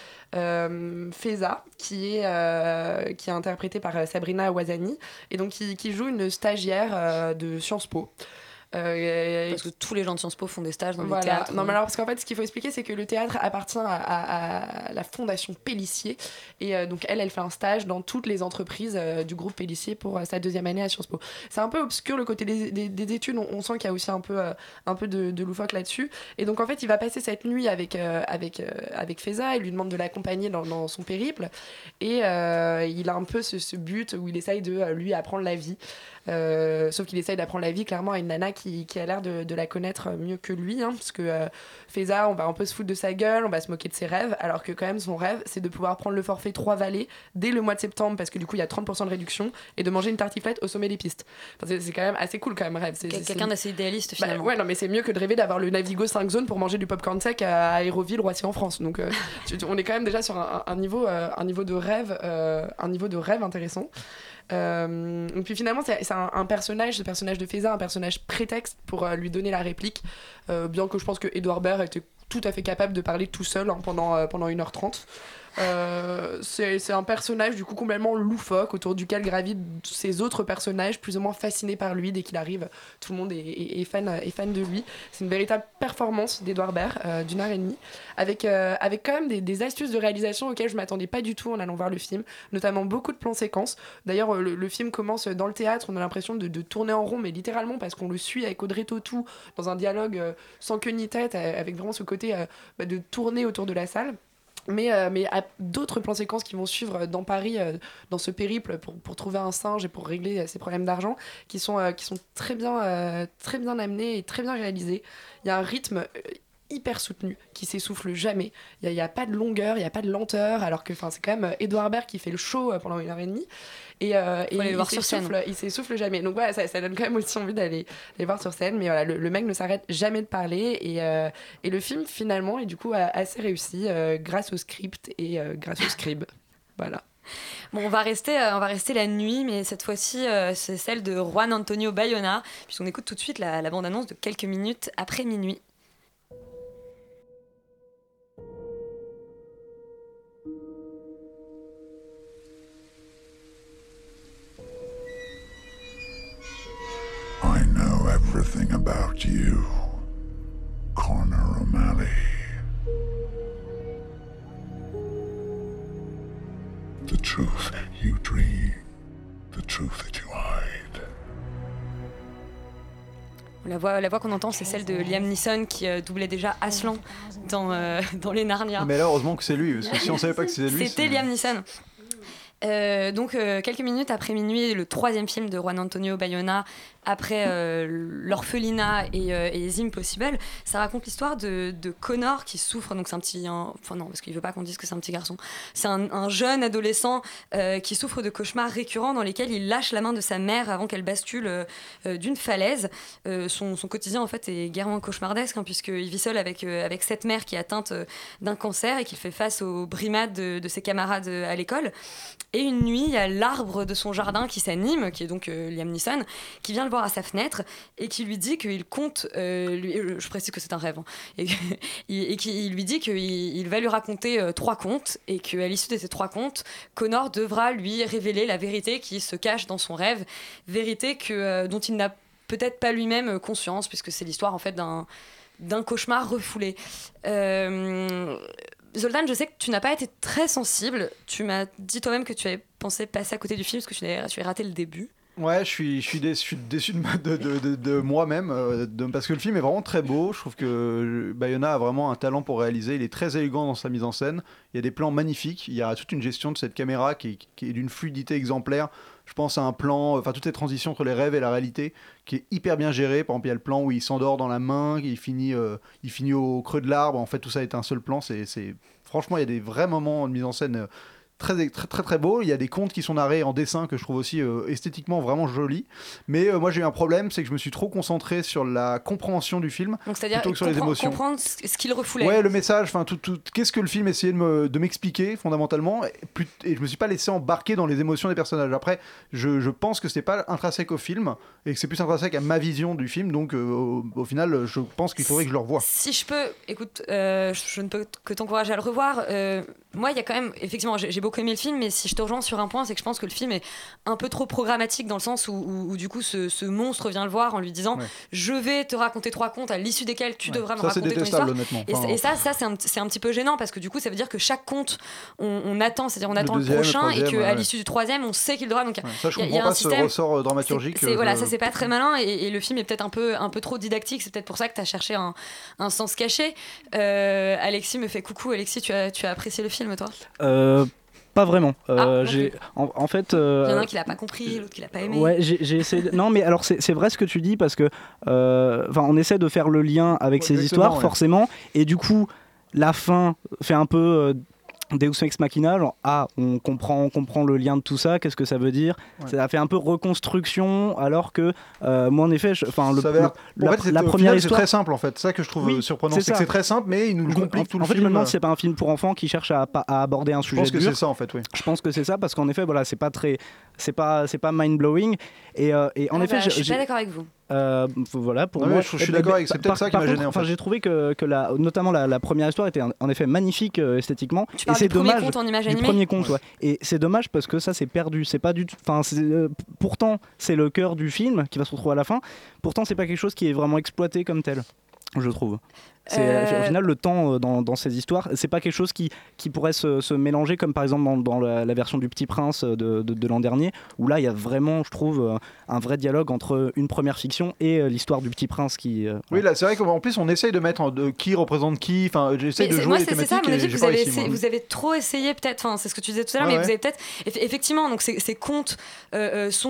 Feza, qui est interprétée par Sabrina Ouazani, et donc qui joue une stagiaire de Sciences Po. Parce que tous les gens de Sciences Po font des stages dans les théâtres. Non, mais alors, parce qu'en fait, ce qu'il faut expliquer, c'est que le théâtre appartient à la Fondation Pélissier. Et donc, elle fait un stage dans toutes les entreprises du groupe Pélissier pour sa 2e année à Sciences Po. C'est un peu obscur le côté des études. On sent qu'il y a aussi un peu de loufoque là-dessus. Et donc, en fait, il va passer cette nuit avec Feza. Il lui demande de l'accompagner dans son périple. Et il a un peu ce but où il essaye de lui apprendre la vie. Sauf qu'il essaye d'apprendre la vie clairement à une nana qui a l'air de la connaître mieux que lui, hein, parce que Feza, on va un peu se foutre de sa gueule, on va se moquer de ses rêves, alors que quand même son rêve c'est de pouvoir prendre le forfait 3 vallées dès le mois de septembre, parce que du coup il y a 30% de réduction, et de manger une tartiflette au sommet des pistes. Enfin, c'est quand même assez cool quand même, rêve. Quelqu'un d'assez idéaliste finalement. Ouais, non, mais c'est mieux que de rêver d'avoir le Navigo 5 zones pour manger du popcorn sec à Aéroville, Roissy en France. Donc on est quand même déjà sur un niveau de rêve intéressant. Et puis finalement c'est un personnage, ce personnage de Feza, un personnage prétexte pour lui donner la réplique, bien que je pense que Edouard Baird était tout à fait capable de parler tout seul, hein, pendant 1h30. C'est un personnage du coup complètement loufoque autour duquel gravitent ces autres personnages plus ou moins fascinés par lui. Dès qu'il arrive, tout le monde est fan de lui. C'est une véritable performance d'Edouard Baird d'une heure et demie, avec quand même des astuces de réalisation auxquelles je m'attendais pas du tout en allant voir le film, notamment beaucoup de plans séquences. D'ailleurs le film commence dans le théâtre, on a l'impression de tourner en rond, mais littéralement, parce qu'on le suit avec Audrey Tautou dans un dialogue sans queue ni tête, avec vraiment ce côté de tourner autour de la salle. Mais à d'autres plans séquences qui vont suivre dans Paris, dans ce périple pour trouver un singe et pour régler ses problèmes d'argent, qui sont très bien amenés et très bien réalisés. Il y a un rythme hyper soutenu, qui s'essouffle jamais. Il n'y a pas de longueur, il n'y a pas de lenteur, alors que c'est quand même Edouard Baird qui fait le show pendant 1h30. Et il s'essouffle jamais. Donc voilà, ça donne quand même aussi envie d'aller voir sur scène. Mais voilà, le mec ne s'arrête jamais de parler. Et le film, finalement, est du coup assez réussi grâce au script et grâce au scribe. Voilà. Bon, on va rester la nuit, mais cette fois-ci, c'est celle de Juan Antonio Bayona, puisqu'on écoute tout de suite la bande-annonce de quelques minutes après minuit. I know everything about you, Connor O'Malley. The truth you dream, the truth that you hide. La voix qu'on entend, c'est celle de Liam Neeson qui doublait déjà Aslan dans les Narnia. Mais là, heureusement que c'est lui, parce que si on savait pas que c'était lui... C'était Liam Neeson. Donc quelques minutes après minuit, le 3e film de Juan Antonio Bayona après l'orphelinat et The Impossible, ça raconte l'histoire de Connor qui souffre, donc c'est un petit... Enfin non, parce qu'il veut pas qu'on dise que c'est un petit garçon. C'est un jeune adolescent qui souffre de cauchemars récurrents dans lesquels il lâche la main de sa mère avant qu'elle bascule d'une falaise. Son quotidien en fait est guèrement cauchemardesque, puisqu'il vit seul avec cette mère qui est atteinte d'un cancer et qu'il fait face aux brimades de ses camarades à l'école. Et une nuit, il y a l'arbre de son jardin qui s'anime, qui est donc Liam Neeson, qui vient le voir à sa fenêtre et qui lui dit qu'il compte... je précise que c'est un rêve. Et qu'il lui dit qu'il va lui raconter 3 contes et qu'à l'issue de ces 3 contes, Connor devra lui révéler la vérité qui se cache dans son rêve. Vérité dont il n'a peut-être pas lui-même conscience, puisque c'est l'histoire en fait d'un cauchemar refoulé. Zoltan, je sais que tu n'as pas été très sensible. Tu m'as dit toi-même que tu avais pensé passer à côté du film parce que tu avais raté le début. Ouais, je suis déçu de moi-même, parce que le film est vraiment très beau. Je trouve que Bayona a vraiment un talent pour réaliser. Il est très élégant dans sa mise en scène. Il y a des plans magnifiques. Il y a toute une gestion de cette caméra qui est d'une fluidité exemplaire. Je pense à un plan, toutes les transitions entre les rêves et la réalité, qui est hyper bien géré. Par exemple, il y a le plan où il s'endort dans la main, il finit au creux de l'arbre. En fait, tout ça est un seul plan. Franchement, il y a des vrais moments de mise en scène très, très, très, très beaux. Il y a des contes qui sont narrés en dessin que je trouve aussi esthétiquement vraiment jolis. Mais moi, j'ai eu un problème, c'est que je me suis trop concentré sur la compréhension du film plutôt que sur les émotions. Comprendre ce qu'il refoulait. Ouais, le message, qu'est-ce que le film essayait de m'expliquer fondamentalement, et je me suis pas laissé embarquer dans les émotions des personnages. Après, je pense que c'est pas intrinsèque au film et que c'est plus intrinsèque à ma vision du film. Donc, au final, je pense qu'il faudrait que je le revoie. Si je peux, écoute, je ne peux que t'encourager à le revoir. Moi, il y a quand même, effectivement, j'ai beaucoup aimé le film, mais si je te rejoins sur un point, c'est que je pense que le film est un peu trop programmatique dans le sens où du coup ce monstre vient le voir en lui disant je vais te raconter 3 contes à l'issue desquels tu devras me raconter ton histoire. Et ça c'est un petit peu gênant parce que du coup ça veut dire que chaque conte on attend, c'est-à-dire on attend le prochain et qu'à l'issue du 3e on sait qu'il devra. Donc ça je comprends pas ce ressort dramaturgique. Voilà, ça c'est pas très malin et le film est peut-être un peu trop didactique. C'est peut-être pour ça que tu as cherché un sens caché. Alexis me fait coucou. Alexis, tu as apprécié le film toi? Pas vraiment. En fait, il y en a un qui l'a pas compris, l'autre qui l'a pas aimé. Ouais, j'ai essayé. Non, mais alors c'est vrai ce que tu dis parce que, on essaie de faire le lien avec ces histoires forcément, et du coup, la fin fait un peu Deus Ex Machina, genre on comprend le lien de tout ça, qu'est-ce que ça veut dire, ça fait un peu reconstruction, alors que moi en effet la première histoire c'est très simple en fait, c'est ça que je trouve surprenant, c'est que c'est très simple mais il nous le complique tout le film. En fait je me demande si c'est pas un film pour enfants qui cherche à aborder un sujet dur. Je pense que c'est ça en fait, oui. Je pense que c'est ça parce qu'en effet voilà, c'est pas mind blowing et en effet je suis pas d'accord avec vous. Voilà, pour moi, je suis d'accord avec, c'est peut-être ça qui m'a gêné en fait. J'ai trouvé que notamment la première histoire était en effet magnifique esthétiquement. Tu parles du premier conte en image animée. Du premier conte, ouais. Et c'est dommage parce que ça c'est perdu, c'est pas du tout. Pourtant c'est le cœur du film qui va se retrouver à la fin. Pourtant c'est pas quelque chose qui est vraiment exploité comme tel, je trouve. Au final, le temps dans ces histoires, c'est pas quelque chose qui pourrait se mélanger comme par exemple dans la version du Petit Prince de l'an dernier, où là il y a vraiment, je trouve, un vrai dialogue entre une première fiction et l'histoire du Petit Prince qui. Oui, là c'est vrai qu'en plus on essaye de mettre qui représente qui. Enfin, j'essaie de jouer les thématiques. Moi, c'est ça. Vous avez trop essayé peut-être. Enfin, c'est ce que tu disais tout à l'heure, mais vous avez peut-être effectivement. Donc ces contes sont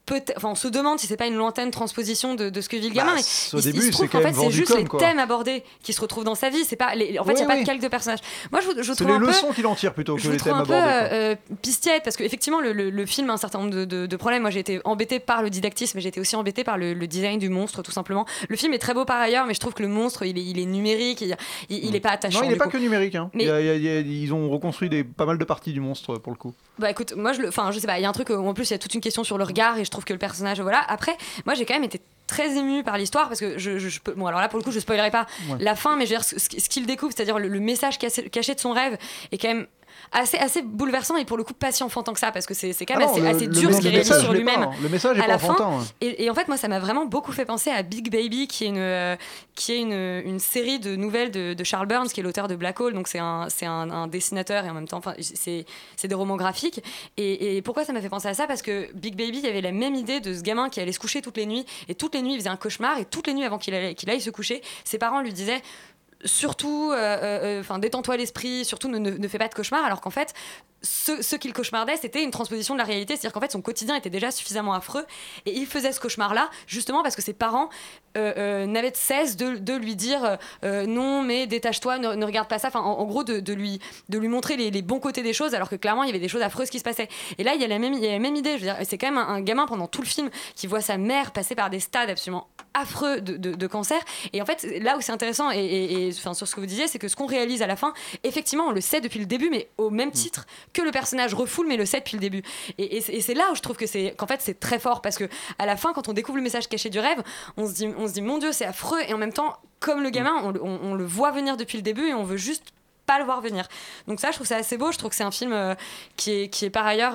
on se demande si c'est pas une lointaine transposition de ce que vit le gamin, mais au début, il se trouve qu'en fait c'est juste les thèmes abordés qui se retrouvent dans sa vie, c'est pas en fait il y a pas de calque de personnage. Moi je trouve c'est les leçons qu'il en tire plutôt que les thèmes abordés. Je trouve un peu pistiette parce que effectivement le film a un certain nombre de problèmes. Moi j'ai été embêtée par le didactisme, mais j'ai été aussi embêtée par le design du monstre tout simplement. Le film est très beau par ailleurs, mais je trouve que le monstre il est numérique, il est pas attachant. Non, il est pas que numérique, hein. Mais... ils ont reconstruit pas mal de parties du monstre pour le coup. Bah écoute, moi je sais pas, il y a un truc où, en plus il y a toute une question sur le regard et je trouve que le personnage voilà. Après, moi j'ai quand même été très émue par l'histoire parce que je peux, bon alors là pour le coup je spoilerai pas la fin, mais je veux dire ce qu'il découvre, c'est-à-dire le message caché de son rêve est quand même assez bouleversant et pour le coup pas si enfantin que ça parce que c'est quand même assez dur ce qu'il réalise sur lui-même le message est pas enfantin et en fait moi ça m'a vraiment beaucoup fait penser à Big Baby qui est une série de nouvelles de Charles Burns qui est l'auteur de Black Hole, donc c'est un dessinateur et en même temps c'est des romans graphiques et pourquoi ça m'a fait penser à ça, parce que Big Baby il y avait la même idée de ce gamin qui allait se coucher toutes les nuits et toutes les nuits il faisait un cauchemar et toutes les nuits avant qu'il aille se coucher ses parents lui disaient surtout détends-toi l'esprit, surtout ne fais pas de cauchemar, alors qu'en fait ce qu'il cauchemardait c'était une transposition de la réalité, c'est-à-dire qu'en fait son quotidien était déjà suffisamment affreux et il faisait ce cauchemar là justement parce que ses parents n'avaient de cesse de lui dire non mais détache-toi, ne regarde pas ça, enfin en gros de lui montrer les bons côtés des choses alors que clairement il y avait des choses affreuses qui se passaient. Et là il y a la même idée, je veux dire, c'est quand même un gamin pendant tout le film qui voit sa mère passer par des stades absolument affreux de cancer, et en fait là où c'est intéressant et sur ce que vous disiez, c'est que ce qu'on réalise à la fin, effectivement on le sait depuis le début mais au même titre que le personnage refoule, mais le sait depuis le début. Et c'est là où je trouve qu'en fait c'est très fort, parce que à la fin quand on découvre le message caché du rêve, on se dit mon Dieu c'est affreux, et en même temps comme le gamin on le voit venir depuis le début et on veut juste pas le voir venir. Donc ça je trouve ça assez beau, je trouve que c'est un film qui est par ailleurs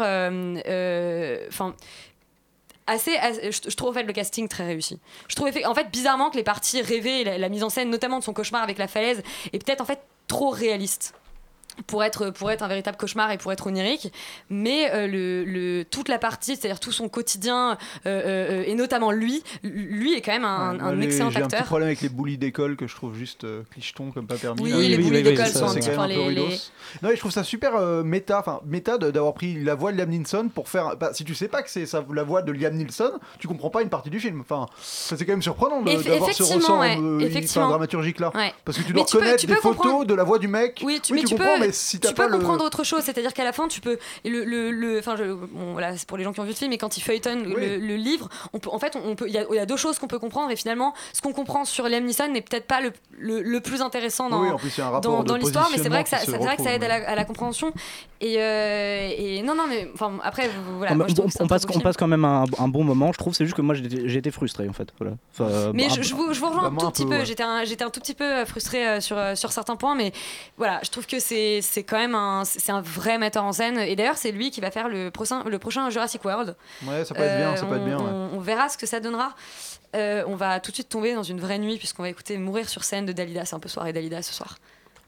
je trouve en fait le casting très réussi. Je trouve en fait bizarrement que les parties rêvées, la mise en scène notamment de son cauchemar avec la falaise est peut-être en fait trop réaliste pour être un véritable cauchemar et pour être onirique, mais toute la partie, c'est-à-dire tout son quotidien et notamment lui est quand même un excellent acteur. J'ai un petit problème avec les bullies d'école que je trouve juste clicheton comme pas permis. Oui, les bullies d'école sont un petit peu rudos. Non, et je trouve ça super méta d'avoir pris la voix de Liam Neeson pour faire. Si tu sais pas que c'est la voix de Liam Neeson, tu comprends pas une partie du film. Enfin, c'est quand même surprenant d'avoir ce ressort dramaturgique là, parce que tu dois reconnaître des photos de la voix du mec. Oui, tu comprends. Si tu peux comprendre autre chose, c'est-à-dire qu'à la fin tu peux voilà, c'est pour les gens qui ont vu le film, mais quand il feuilletonne le livre, il y a deux choses qu'on peut comprendre, et finalement ce qu'on comprend sur Liam Neeson n'est peut-être pas le plus intéressant dans l'histoire, mais c'est vrai que ça aide à la compréhension et non mais enfin après voilà, on passe quand même un bon moment, je trouve. C'est juste que moi j'ai été frustré en fait, voilà. Mais je vous rejoins un tout petit peu, j'étais un tout petit peu frustré sur certains points, mais voilà, je trouve que c'est quand même un vrai metteur en scène, et d'ailleurs c'est lui qui va faire le prochain Jurassic World. Ouais, ça peut être bien, on verra ce que ça donnera. On va tout de suite tomber dans une vraie nuit puisqu'on va écouter Mourir sur scène de Dalida. C'est un peu soirée Dalida ce soir.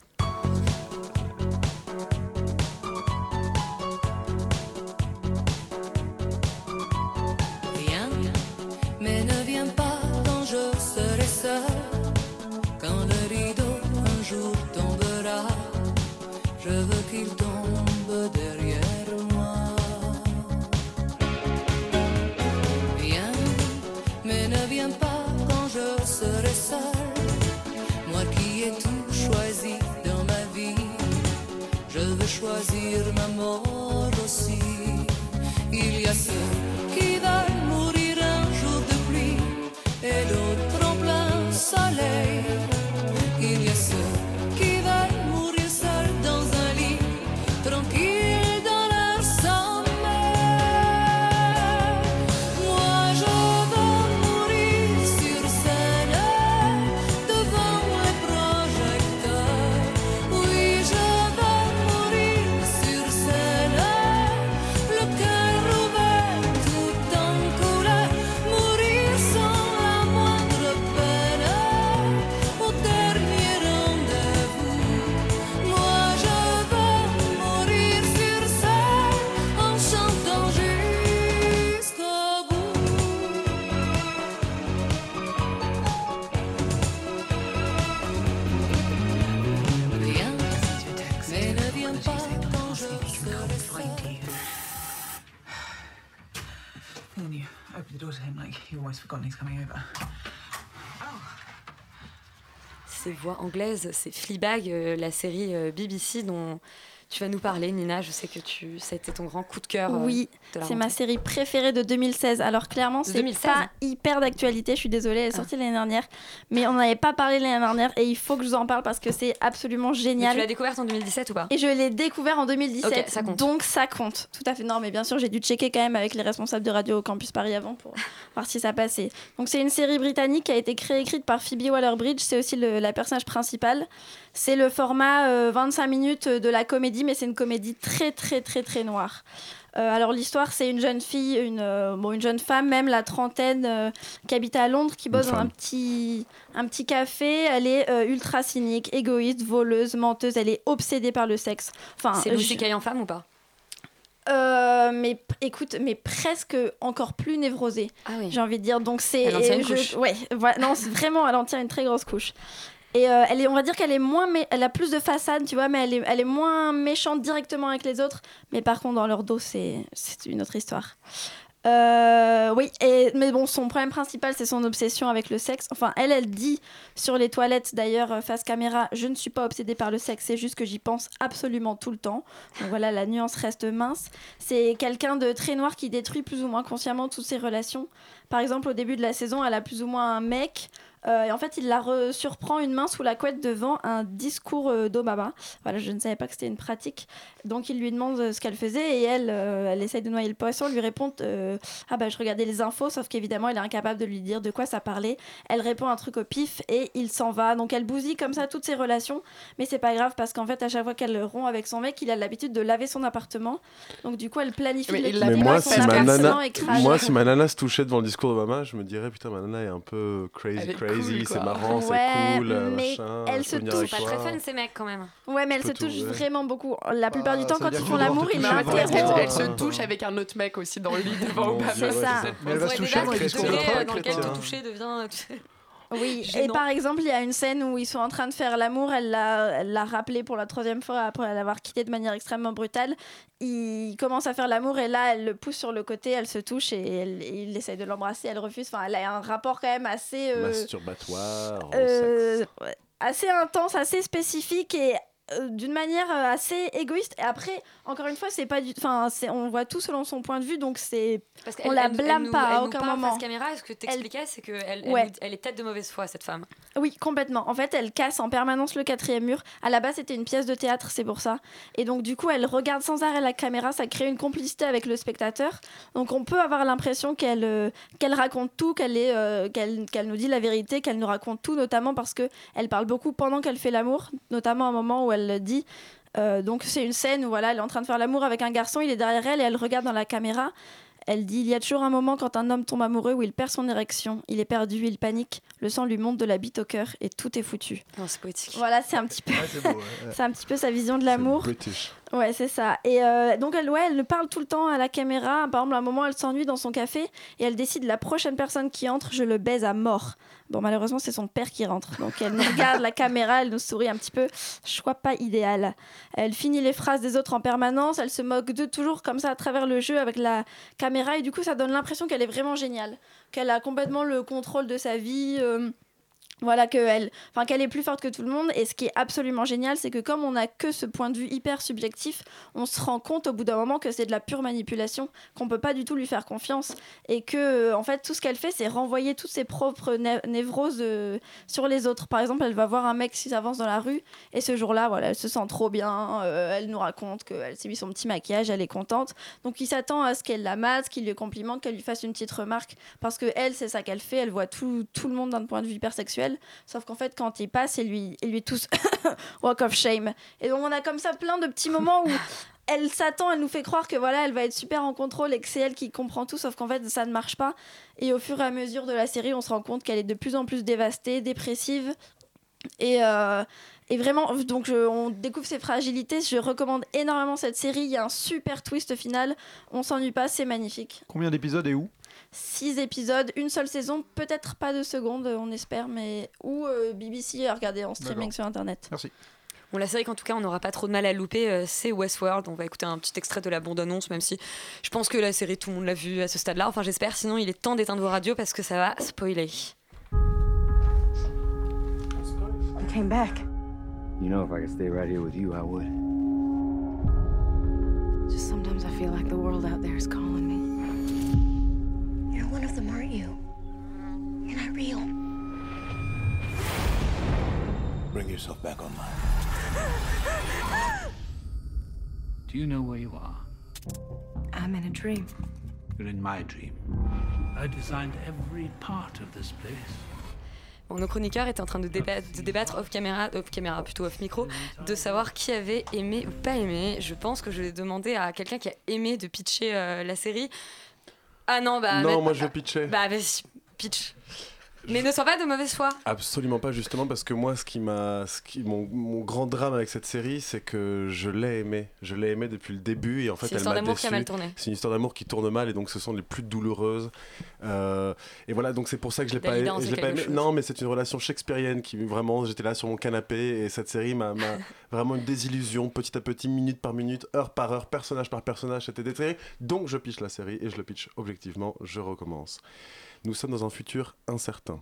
Viens, mais ne viens pas quand je serai seul, quand le rideau un jour tombera. Je veux qu'il tombe derrière moi. Viens, mais ne viens pas quand je serai seul. Moi qui ai tout choisi dans ma vie, je veux choisir ma mort aussi. Il y a ceux qui veulent mourir un jour de pluie et d'autres en plein soleil. Il y a ceux qui veulent mourir seuls dans un lit, tranquille dans leur sommeil. Moi je veux mourir sur scène, devant les projecteurs. Oui, je veux mourir sur scène, le cœur ouvert tout en couleur. Mourir sans la moindre peine, au dernier rendez-vous. Moi je veux mourir sur scène, en chantant jusqu'au bout. Viens, mais ne viens pas quand je serai seul. opened the door to him like he almost forgotten he's coming over. Ces voix anglaises, c'est Fleabag, la série BBC dont tu vas nous parler, Nina. Je sais que ça a été ton grand coup de cœur. Oui, c'est ma série préférée de 2016. Alors clairement, c'est 2016. Pas hyper d'actualité. Je suis désolée, elle est sortie l'année dernière, mais on n'en avait pas parlé l'année dernière et il faut que je vous en parle parce que c'est absolument génial. Mais tu l'as découverte en 2017 ou pas? Et je l'ai découvert en 2017. Okay, ça compte. Donc ça compte. Tout à fait. Non, mais bien sûr, j'ai dû checker quand même avec les responsables de Radio Campus Paris avant pour voir si ça passait. Donc c'est une série britannique qui a été créée et écrite par Phoebe Waller-Bridge. C'est aussi la personnage principale. C'est le format 25 minutes de la comédie, mais c'est une comédie très très très très noire. Alors l'histoire, c'est une jeune fille, une jeune femme, même la trentaine, qui habite à Londres, qui bosse dans un petit café. Elle est ultra cynique, égoïste, voleuse, menteuse. Elle est obsédée par le sexe. Enfin, c'est Lucy Kay en femme ou pas? Mais écoute, mais presque encore plus névrosée. Ah oui. J'ai envie de dire. Donc c'est. Elle en tient une couche. Ouais, voilà, non, c'est vraiment, elle en tient une très grosse couche. Et on va dire qu'elle est moins, elle a plus de façade, tu vois, mais elle est moins méchante directement avec les autres. Mais par contre, dans leur dos, c'est une autre histoire. Oui, mais bon, son problème principal, c'est son obsession avec le sexe. Enfin, elle dit sur les toilettes, d'ailleurs, face caméra, je ne suis pas obsédée par le sexe, c'est juste que j'y pense absolument tout le temps. Donc voilà, la nuance reste mince. C'est quelqu'un de très noir qui détruit plus ou moins consciemment toutes ses relations. Par exemple, au début de la saison, elle a plus ou moins un mec. Et en fait, il la surprend une main sous la couette devant un discours d'Obama. Voilà, je ne savais pas que c'était une pratique. Donc, il lui demande ce qu'elle faisait et elle essaye de noyer le poisson. Elle lui répond je regardais les infos, sauf qu'évidemment, il est incapable de lui dire de quoi ça parlait. Elle répond un truc au pif et il s'en va. Donc, elle bousille comme ça toutes ses relations. Mais c'est pas grave parce qu'en fait, à chaque fois qu'elle rompt avec son mec, il a l'habitude de laver son appartement. Donc, du coup, elle planifie mais moi, si ma nana se touchait devant le discours d'Obama, je me dirais putain, ma nana est un peu crazy, cool, c'est marrant, c'est cool, mais machin. Elle se touche. Pas très fun ces mecs quand même. Ouais, mais elle se touche vraiment beaucoup. La plupart du temps, quand ils font l'amour, ils l'interrompent. Elle se touche avec un autre mec aussi dans le lit devant Obama. C'est ça. Mais elle va se toucher avec les dans lequel te toucher devient. Oui, et par exemple, il y a une scène où ils sont en train de faire l'amour, elle l'a rappelé pour la 3e fois après l'avoir quitté de manière extrêmement brutale. Ils commencent à faire l'amour et là, elle le pousse sur le côté, elle se touche et il essaye de l'embrasser, elle refuse. Enfin, elle a un rapport quand même assez... masturbatoire, assez intense, assez spécifique et d'une manière assez égoïste. Et après, encore une fois, c'est pas du... on voit tout selon son point de vue, donc c'est... On la blâme pas à aucun moment. Face caméra, ce que t'expliquais, c'est qu'elle elle est tête de mauvaise foi, cette femme. Oui, complètement. En fait, elle casse en permanence le 4e mur. À la base, c'était une pièce de théâtre, c'est pour ça. Et donc, du coup, elle regarde sans arrêt la caméra. Ça crée une complicité avec le spectateur. Donc, on peut avoir l'impression qu'elle raconte tout, qu'elle nous dit la vérité, qu'elle nous raconte tout, notamment parce qu'elle parle beaucoup pendant qu'elle fait l'amour, notamment à un moment où elle dit... donc, c'est une scène où elle est en train de faire l'amour avec un garçon, il est derrière elle et elle regarde dans la caméra. Elle dit, il y a toujours un moment quand un homme tombe amoureux où il perd son érection, il est perdu, il panique, le sang lui monte de la bite au cœur et tout est foutu. Non, c'est poétique. Voilà, c'est un petit peu, c'est un petit peu sa vision de l'amour. British. Ouais, c'est ça. Et donc elle parle tout le temps à la caméra. Par exemple, à un moment, elle s'ennuie dans son café et elle décide la prochaine personne qui entre, je le baise à mort. Bon, malheureusement, c'est son père qui rentre. Donc elle nous regarde la caméra, elle nous sourit un petit peu. Choix pas idéal. Elle finit les phrases des autres en permanence. Elle se moque d'eux toujours comme ça à travers le jeu avec la caméra. Et du coup, ça donne l'impression qu'elle est vraiment géniale. Qu'elle a complètement le contrôle de sa vie. Voilà, qu'elle est plus forte que tout le monde. Et ce qui est absolument génial, c'est que comme on n'a que ce point de vue hyper subjectif, on se rend compte au bout d'un moment que c'est de la pure manipulation, qu'on peut pas du tout lui faire confiance. Et que, en fait, tout ce qu'elle fait, c'est renvoyer toutes ses propres névroses sur les autres. Par exemple, elle va voir un mec qui s'avance dans la rue, et ce jour-là, voilà, elle se sent trop bien. Elle nous raconte qu'elle s'est mis son petit maquillage, elle est contente. Donc, il s'attend à ce qu'elle la mate, qu'il lui complimente, qu'elle lui fasse une petite remarque. Parce que elle, c'est ça qu'elle fait. Elle voit tout le monde d'un point de vue hypersexuel. Sauf qu'en fait, quand il passe, il lui tousse walk of shame. Et donc, on a comme ça plein de petits moments où elle s'attend, elle nous fait croire que voilà, elle va être super en contrôle et que c'est elle qui comprend tout, sauf qu'en fait, ça ne marche pas. Et au fur et à mesure de la série, on se rend compte qu'elle est de plus en plus dévastée, dépressive. Et vraiment, donc on découvre ses fragilités. Je recommande énormément cette série. Il y a un super twist final. On s'ennuie pas, c'est magnifique. Combien d'épisodes et où ? 6 épisodes, une seule saison, peut-être pas de seconde, on espère, mais ou BBC à regarder en streaming sur internet. Merci. Bon, la série qu'en tout cas on n'aura pas trop de mal à louper, c'est Westworld. On va écouter un petit extrait de la bande-annonce, même si je pense que la série tout le monde l'a vue à ce stade-là. Enfin j'espère, sinon il est temps d'éteindre vos radios parce que ça va spoiler. You came back. You know, if I could stay right here with you, I would. Just sometimes I feel like the world out there is calling me. You're one of them, aren't you? You're not real. Bring yourself back online. Do you know where you are? I'm in a dream. You're in my dream. I designed every part of this place. Bon, nos chroniqueurs étaient en train de débattre off caméra, plutôt off micro, de savoir qui avait aimé ou pas aimé. Je pense que je vais demander à quelqu'un qui a aimé de pitcher la série. Ah non, bah... Non, moi je vais pitcher. Bah vas-y, pitch. Mais ne sois pas de mauvaise foi. Absolument pas, justement, parce que moi, mon grand drame avec cette série, c'est que je l'ai aimée. Je l'ai aimée depuis le début et en fait, elle m'a déçu. C'est une histoire d'amour qui a mal tourné. C'est une histoire d'amour qui tourne mal et donc ce sont les plus douloureuses. Et voilà, donc c'est pour ça que je l'ai pas aimé. Non, mais c'est une relation shakespearienne qui vraiment, j'étais là sur mon canapé et cette série m'a vraiment une désillusion, petit à petit, minute par minute, heure par heure, personnage par personnage, c'était détruit. Donc je pitch la série et je le pitch objectivement, je recommence. Nous sommes dans un futur incertain.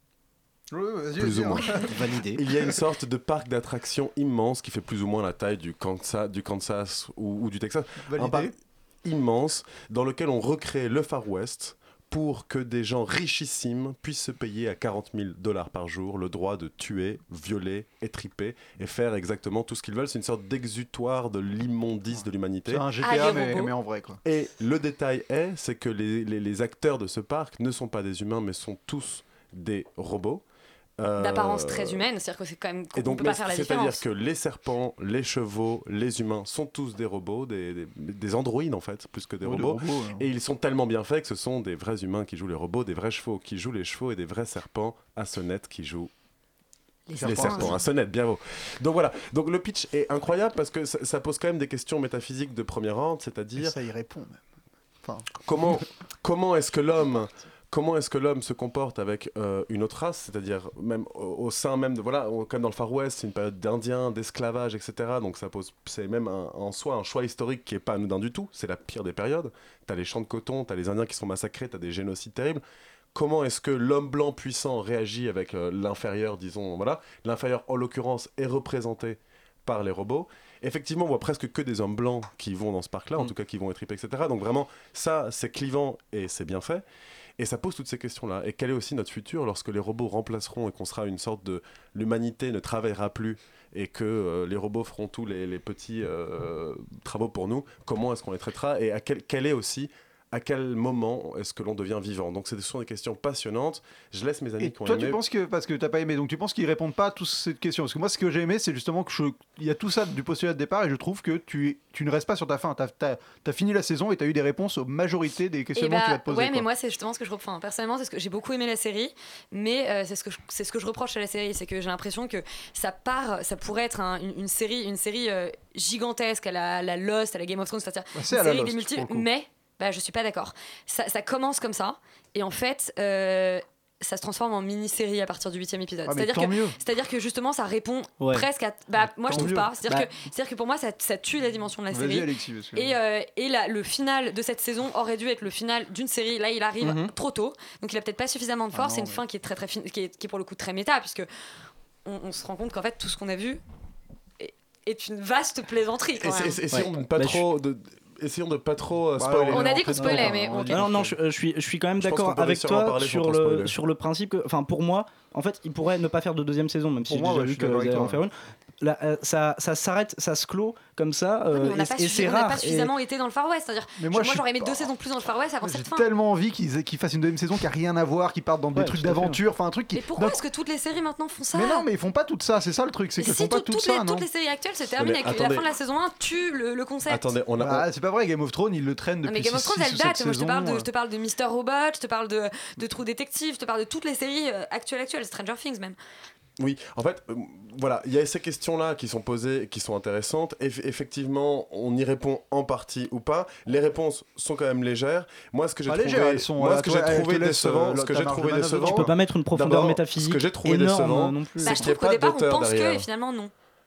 Plus ou moins. Validé. Il y a une sorte de parc d'attractions immense qui fait plus ou moins la taille du Kansas ou du Texas. Validé. Un parc immense dans lequel on recrée le Far West pour que des gens richissimes puissent se payer à $40,000 par jour le droit de tuer, violer, étriper et faire exactement tout ce qu'ils veulent. C'est une sorte d'exutoire de l'immondice de l'humanité. C'est un GTA mais en vrai quoi. Et le détail c'est que les acteurs de ce parc ne sont pas des humains mais sont tous des robots. D'apparence très humaine, c'est-à-dire que c'est quand même qu'on ne peut pas faire la différence. C'est-à-dire que les serpents, les chevaux, les humains sont tous des robots, des androïdes en fait, plus que des robots. Et ils sont tellement bien faits que ce sont des vrais humains qui jouent les robots, des vrais chevaux qui jouent les chevaux et des vrais serpents à sonnette qui jouent les serpents à sonnette, bien beau. Donc voilà, donc le pitch est incroyable parce que ça pose quand même des questions métaphysiques de premier ordre, c'est-à-dire... Et ça y répond même. Enfin... Comment est-ce que l'homme se comporte avec une autre race, c'est-à-dire même au sein même de comme dans le Far West, c'est une période d'Indiens, d'esclavage, etc. Donc c'est même en soi un choix historique qui est pas anodin du tout. C'est la pire des périodes. T'as les champs de coton, t'as les Indiens qui sont massacrés, t'as des génocides terribles. Comment est-ce que l'homme blanc puissant réagit avec l'inférieur, disons, voilà. L'inférieur en l'occurrence est représenté par les robots. Effectivement, on voit presque que des hommes blancs qui vont dans ce parc-là, en tout cas qui vont étriper, etc. Donc vraiment, ça, c'est clivant et c'est bien fait. Et ça pose toutes ces questions-là. Et quel est aussi notre futur lorsque les robots remplaceront et qu'on sera une sorte de... L'humanité ne travaillera plus et que les robots feront tous les petits travaux pour nous. Comment est-ce qu'on les traitera et à quel moment est-ce que l'on devient vivant? Donc ce sont des questions passionnantes. Je laisse mes amis qui ont aimé. Toi, tu penses que, parce que tu n'as pas aimé, donc tu penses qu'ils ne répondent pas à toutes ces questions? Parce que moi, ce que j'ai aimé, c'est justement qu'il y a tout ça du postulat de départ et je trouve que tu ne restes pas sur ta fin. Tu as fini la saison et tu as eu des réponses aux majorités des questionnements que tu vas te poser. Ouais, mais moi, c'est justement ce que je reprends. Personnellement, c'est ce que j'ai beaucoup aimé la série, mais c'est ce que je reproche à la série, c'est que j'ai l'impression que ça pourrait être une série gigantesque à la Lost, à la Game of Thrones, c'est-à-dire une série des multiples, mais... je suis pas d'accord. Ça commence comme ça et en fait ça se transforme en mini-série à partir du 8e épisode. C'est-à-dire que justement ça répond presque à... moi je trouve pas. C'est-à-dire que pour moi ça tue la dimension de la série. Alexis, et là, le final de cette saison aurait dû être le final d'une série. Là il arrive trop tôt, donc il a peut-être pas suffisamment de force. C'est une fin qui est très, très fine, qui est pour le coup très méta, puisque on se rend compte qu'en fait tout ce qu'on a vu est une vaste plaisanterie quand même. Essayons de pas trop spoiler. On a dit qu'on spoilait, mais non, je suis quand même d'accord avec toi sur le principe que, enfin, pour moi, en fait, il pourrait ne pas faire de deuxième saison, même si j'ai déjà vu qu'ils allaient en faire une. Là, ça s'arrête, ça se clôt comme ça, et c'est rare. On n'a pas suffisamment été dans le Far West, c'est-à-dire. Mais moi j'aurais aimé 2 saisons plus dans le Far West avant cette fin. J'ai tellement envie qu'ils fassent une deuxième saison qui a rien à voir, qui partent dans des trucs d'aventure, enfin un truc qui. Mais pourquoi est-ce que toutes les séries maintenant font ça? Mais non, mais ils font pas tout ça, c'est ça le truc, c'est qu'ils font pas tout ça. Toutes les séries actuelles se terminent avec la fin de la saison 1 tue le concept. Attendez, c'est pas vrai, Game of Thrones, ils le traînent depuis 6 Game of Thrones, elle date. Moi, je te parle de Mr. Robot, je te parle de True Detective, je te parle de toutes les séries actuelles, Stranger Things même. Oui, en fait, voilà, il y a ces questions-là qui sont posées, qui sont intéressantes. Effectivement, on y répond en partie ou pas. Les réponses sont quand même légères. Moi, ce que j'ai trouvé décevant, tu peux pas mettre une profondeur métaphysique. Ce que j'ai trouvé décevant, je trouve qu'au départ, on pense que et finalement non.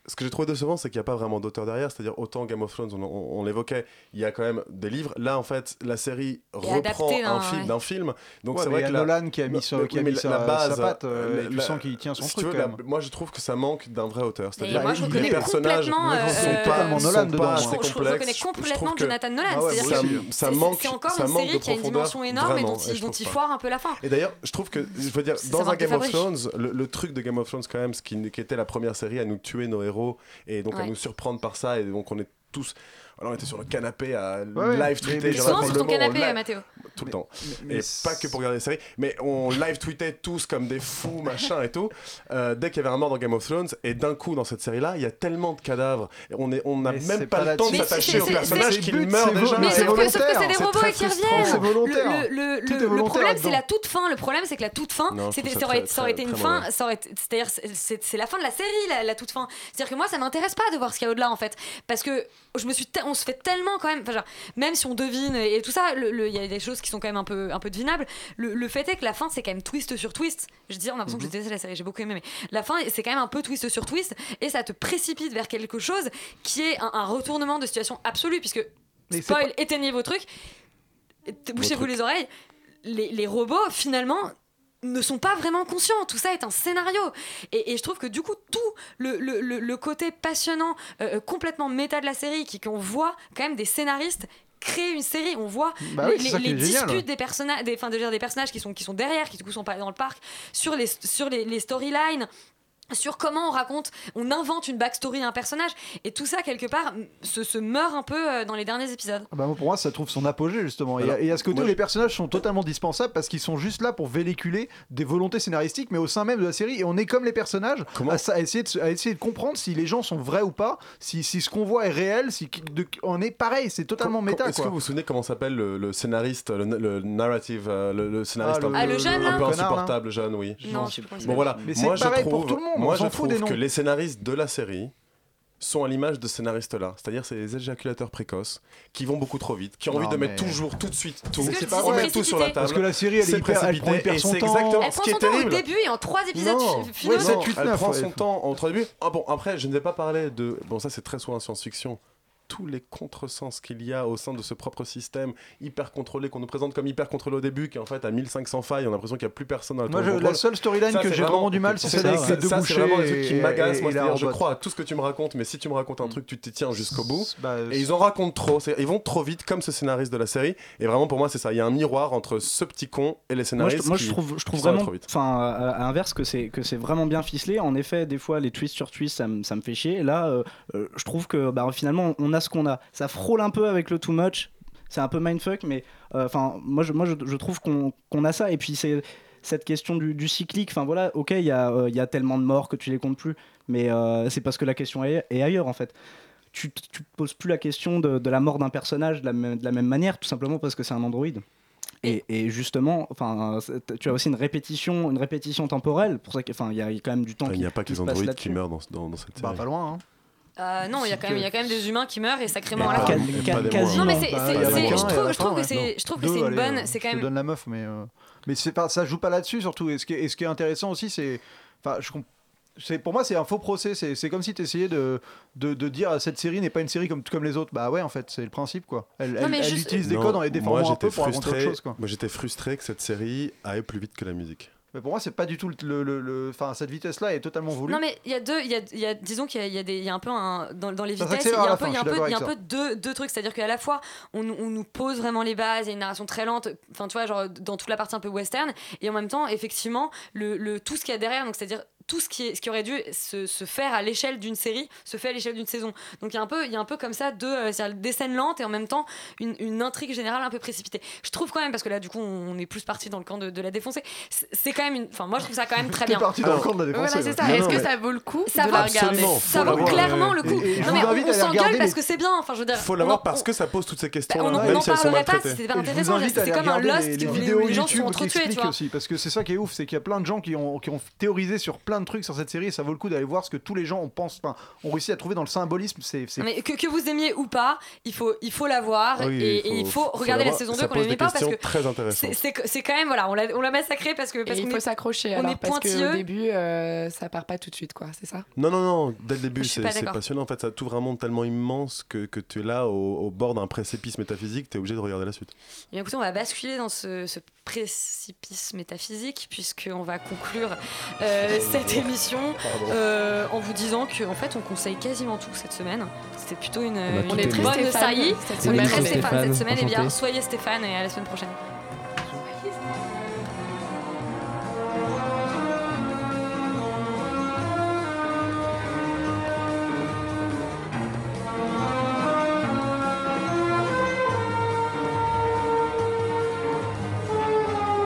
ce que j'ai trouvé décevant, c'est qu'il n'y a pas vraiment d'auteur derrière. C'est-à-dire, autant Game of Thrones, on l'évoquait, il y a quand même des livres. Là, en fait, la série reprend un fil d'un film. Donc, c'est vrai que Nolan qui a mis sa patte, tu sens qu'il tient son truc. Moi, je trouve que ça manque d'un vrai auteur. C'est-à-dire, moi, je reconnais complètement Nolan dedans. Je reconnais complètement Jonathan Nolan. Ça manque c'est encore une série qui a une dimension énorme et dont il foire un peu la fin. Et d'ailleurs, je trouve que, je veux dire, dans un Game of Thrones, le truc de Game of Thrones, quand même, ce qui était la première série à nous tuer nos héros et donc à nous surprendre par ça, et donc on est tous. Alors on était sur le canapé à live tweeter. Souvent sur ton canapé, Mathéo. Tout le temps. Et pas que pour regarder les séries, mais on live tweetait tous comme des fous, machin et tout. Dès qu'il y avait un mort dans Game of Thrones, et d'un coup dans cette série-là, il y a tellement de cadavres. On n'a même pas le temps de s'attacher au personnage qui meurt déjà. Mais sauf que c'est des robots qui reviennent. C'est volontaire. Le problème, c'est la toute fin. Le problème, c'est que la toute fin, ça aurait été une fin. C'est-à-dire, c'est la fin de la série, la toute fin. C'est-à-dire que moi, ça m'intéresse pas de voir ce qu'il y a au-delà, en fait, parce que on se fait tellement quand même, genre, même si on devine et tout ça, il y a des choses qui sont quand même un peu devinables. Le fait est que la fin, c'est quand même twist sur twist. Je dis, on a l'impression que j'ai détesté la série, j'ai beaucoup aimé, mais la fin, c'est quand même un peu twist sur twist, et ça te précipite vers quelque chose qui est un retournement de situation absolu, puisque spoil, éteignez vos trucs, bouchez-vous les oreilles. Les robots, finalement, ne sont pas vraiment conscients, tout ça est un scénario, et je trouve que du coup tout le côté passionnant, complètement méta de la série, qu'on voit quand même des scénaristes créer une série, on voit les disputes des personnages, des personnages qui sont derrière, qui du coup sont pas dans le parc, sur les storylines, sur comment on invente une backstory à un personnage, et tout ça quelque part se meurt un peu dans les derniers épisodes. Pour moi ça trouve son apogée justement, et à ce côté où les personnages sont totalement dispensables parce qu'ils sont juste là pour véhiculer des volontés scénaristiques, mais au sein même de la série, et on est comme les personnages à essayer de comprendre si les gens sont vrais ou pas, si ce qu'on voit est réel, on est pareil, c'est totalement méta. Est-ce que vous vous souvenez comment s'appelle le scénariste, le narrative, le scénariste le jeune, un peu insupportable, jeune, oui. Non, je sais pas. Bon voilà, mais c'est pareil pour tout le monde. Moi, je trouve que les scénaristes de la série sont à l'image de scénaristes-là, c'est-à-dire c'est les éjaculateurs précoces qui vont beaucoup trop vite, qui ont envie de mettre toujours, tout de suite, tout. C'est pas vrai, tout sur la table. Parce que la série, elle prend hyper son temps. Elle prend son temps au début et en 3 épisodes finaux. Elle prend son temps en 3 débuts. Après, je ne vais pas parler de... Bon, ça c'est très souvent en science-fiction. Tous les contresens qu'il y a au sein de ce propre système hyper contrôlé, qu'on nous présente comme hyper contrôlé au début, qui en fait a 1500 failles, on a l'impression qu'il n'y a plus personne dans la tour de contrôle. La seule storyline que j'ai vraiment du mal, c'est celle avec les deux bouchées. C'est vraiment le truc qui m'agace. Moi, c'est-à-dire, je crois à tout ce que tu me racontes, mais si tu me racontes un truc, tu t'y tiens jusqu'au bout. Et ils en racontent trop. Ils vont trop vite, comme ce scénariste de la série. Et vraiment, pour moi, c'est ça. Il y a un miroir entre ce petit con et les scénaristes. Moi, je trouve vraiment, à l'inverse, que c'est vraiment bien ficelé. En effet, des fois, les twists sur twists, ça me fait chier. Là, je trouve que finalement, on a ce qu'on a. Ça frôle un peu avec le too much, c'est un peu mindfuck, mais moi je trouve qu'on a ça. Et puis c'est cette question du cyclique, ok, il y a tellement de morts que tu les comptes plus, mais c'est parce que la question est ailleurs en fait. Tu te poses plus la question de la mort d'un personnage de la même manière, tout simplement parce que c'est un androïde. Et justement, tu as aussi une répétition temporelle, pour ça qu'il y a quand même du temps. Il n'y a pas que les androïdes qui meurent dans cette série. Pas loin, hein. Non, il y a quand même des humains qui meurent, et sacrément à la fin. Non, mais je trouve que c'est une bonne. C'est quand même. Je te donne la meuf, mais c'est pas, ça joue pas là-dessus surtout. Et ce qui est intéressant aussi, c'est, pour moi, c'est un faux procès. C'est comme si tu essayais de dire cette série n'est pas une série comme les autres. Bah ouais, en fait, c'est le principe quoi. Elle utilise des codes en les déformant un peu pour raconter autre chose quoi. Moi, j'étais frustré que cette série aille plus vite que la musique. Mais pour moi, c'est pas du tout cette vitesse-là est totalement voulue. Non, mais disons qu'il y a un peu dans les vitesses, il y a un peu deux trucs, c'est-à-dire qu'à la fois on nous pose vraiment les bases, il y a une narration très lente, tu vois, genre dans toute la partie un peu western, et en même temps, effectivement, tout ce qu'il y a derrière, donc c'est-à-dire tout ce qui aurait dû se faire à l'échelle d'une série se fait à l'échelle d'une saison. Donc il y a un peu comme ça des scènes lentes et en même temps une intrigue générale un peu précipitée. Je trouve quand même, parce que là du coup on est plus parti dans le camp de la défoncer, c'est quand même moi je trouve ça quand même très bien. Parti dans le camp de la défoncer. Voilà, c'est ça. Est-ce que ça vaut le coup de la regarder? Ça vaut clairement le coup. Non mais on s'engueule parce que c'est bien, enfin je veux dire. Faut l'avoir parce que ça pose toutes ces questions. On n'en parlerait pas si c'était pas intéressant. C'est comme un Lost où les gens se sont entretués, tu vois. Parce que c'est ça qui est ouf, c'est qu'il y a plein de gens qui ont théorisé sur plein plein de trucs sur cette série et ça vaut le coup d'aller voir ce que tous les gens ont réussi à trouver dans le symbolisme. Mais que vous aimiez ou pas, il faut la voir et il faut regarder la saison 2 qu'on n'aimait pas parce que c'est quand même voilà, on l'a massacré parce qu'il faut s'accrocher alors parce qu'au début ça part pas tout de suite quoi, c'est ça? Non, dès le début c'est passionnant en fait, ça tout vraiment tellement immense que tu es là au bord d'un précipice métaphysique, tu es obligé de regarder la suite. Et bien écoutez, on va basculer dans ce précipice métaphysique puisqu'on va conclure cette émission en vous disant qu'en fait on conseille quasiment tout cette semaine. C'était plutôt une bonne saillie. On est très Stéphane cette semaine, et bien soyez Stéphane et à la semaine prochaine.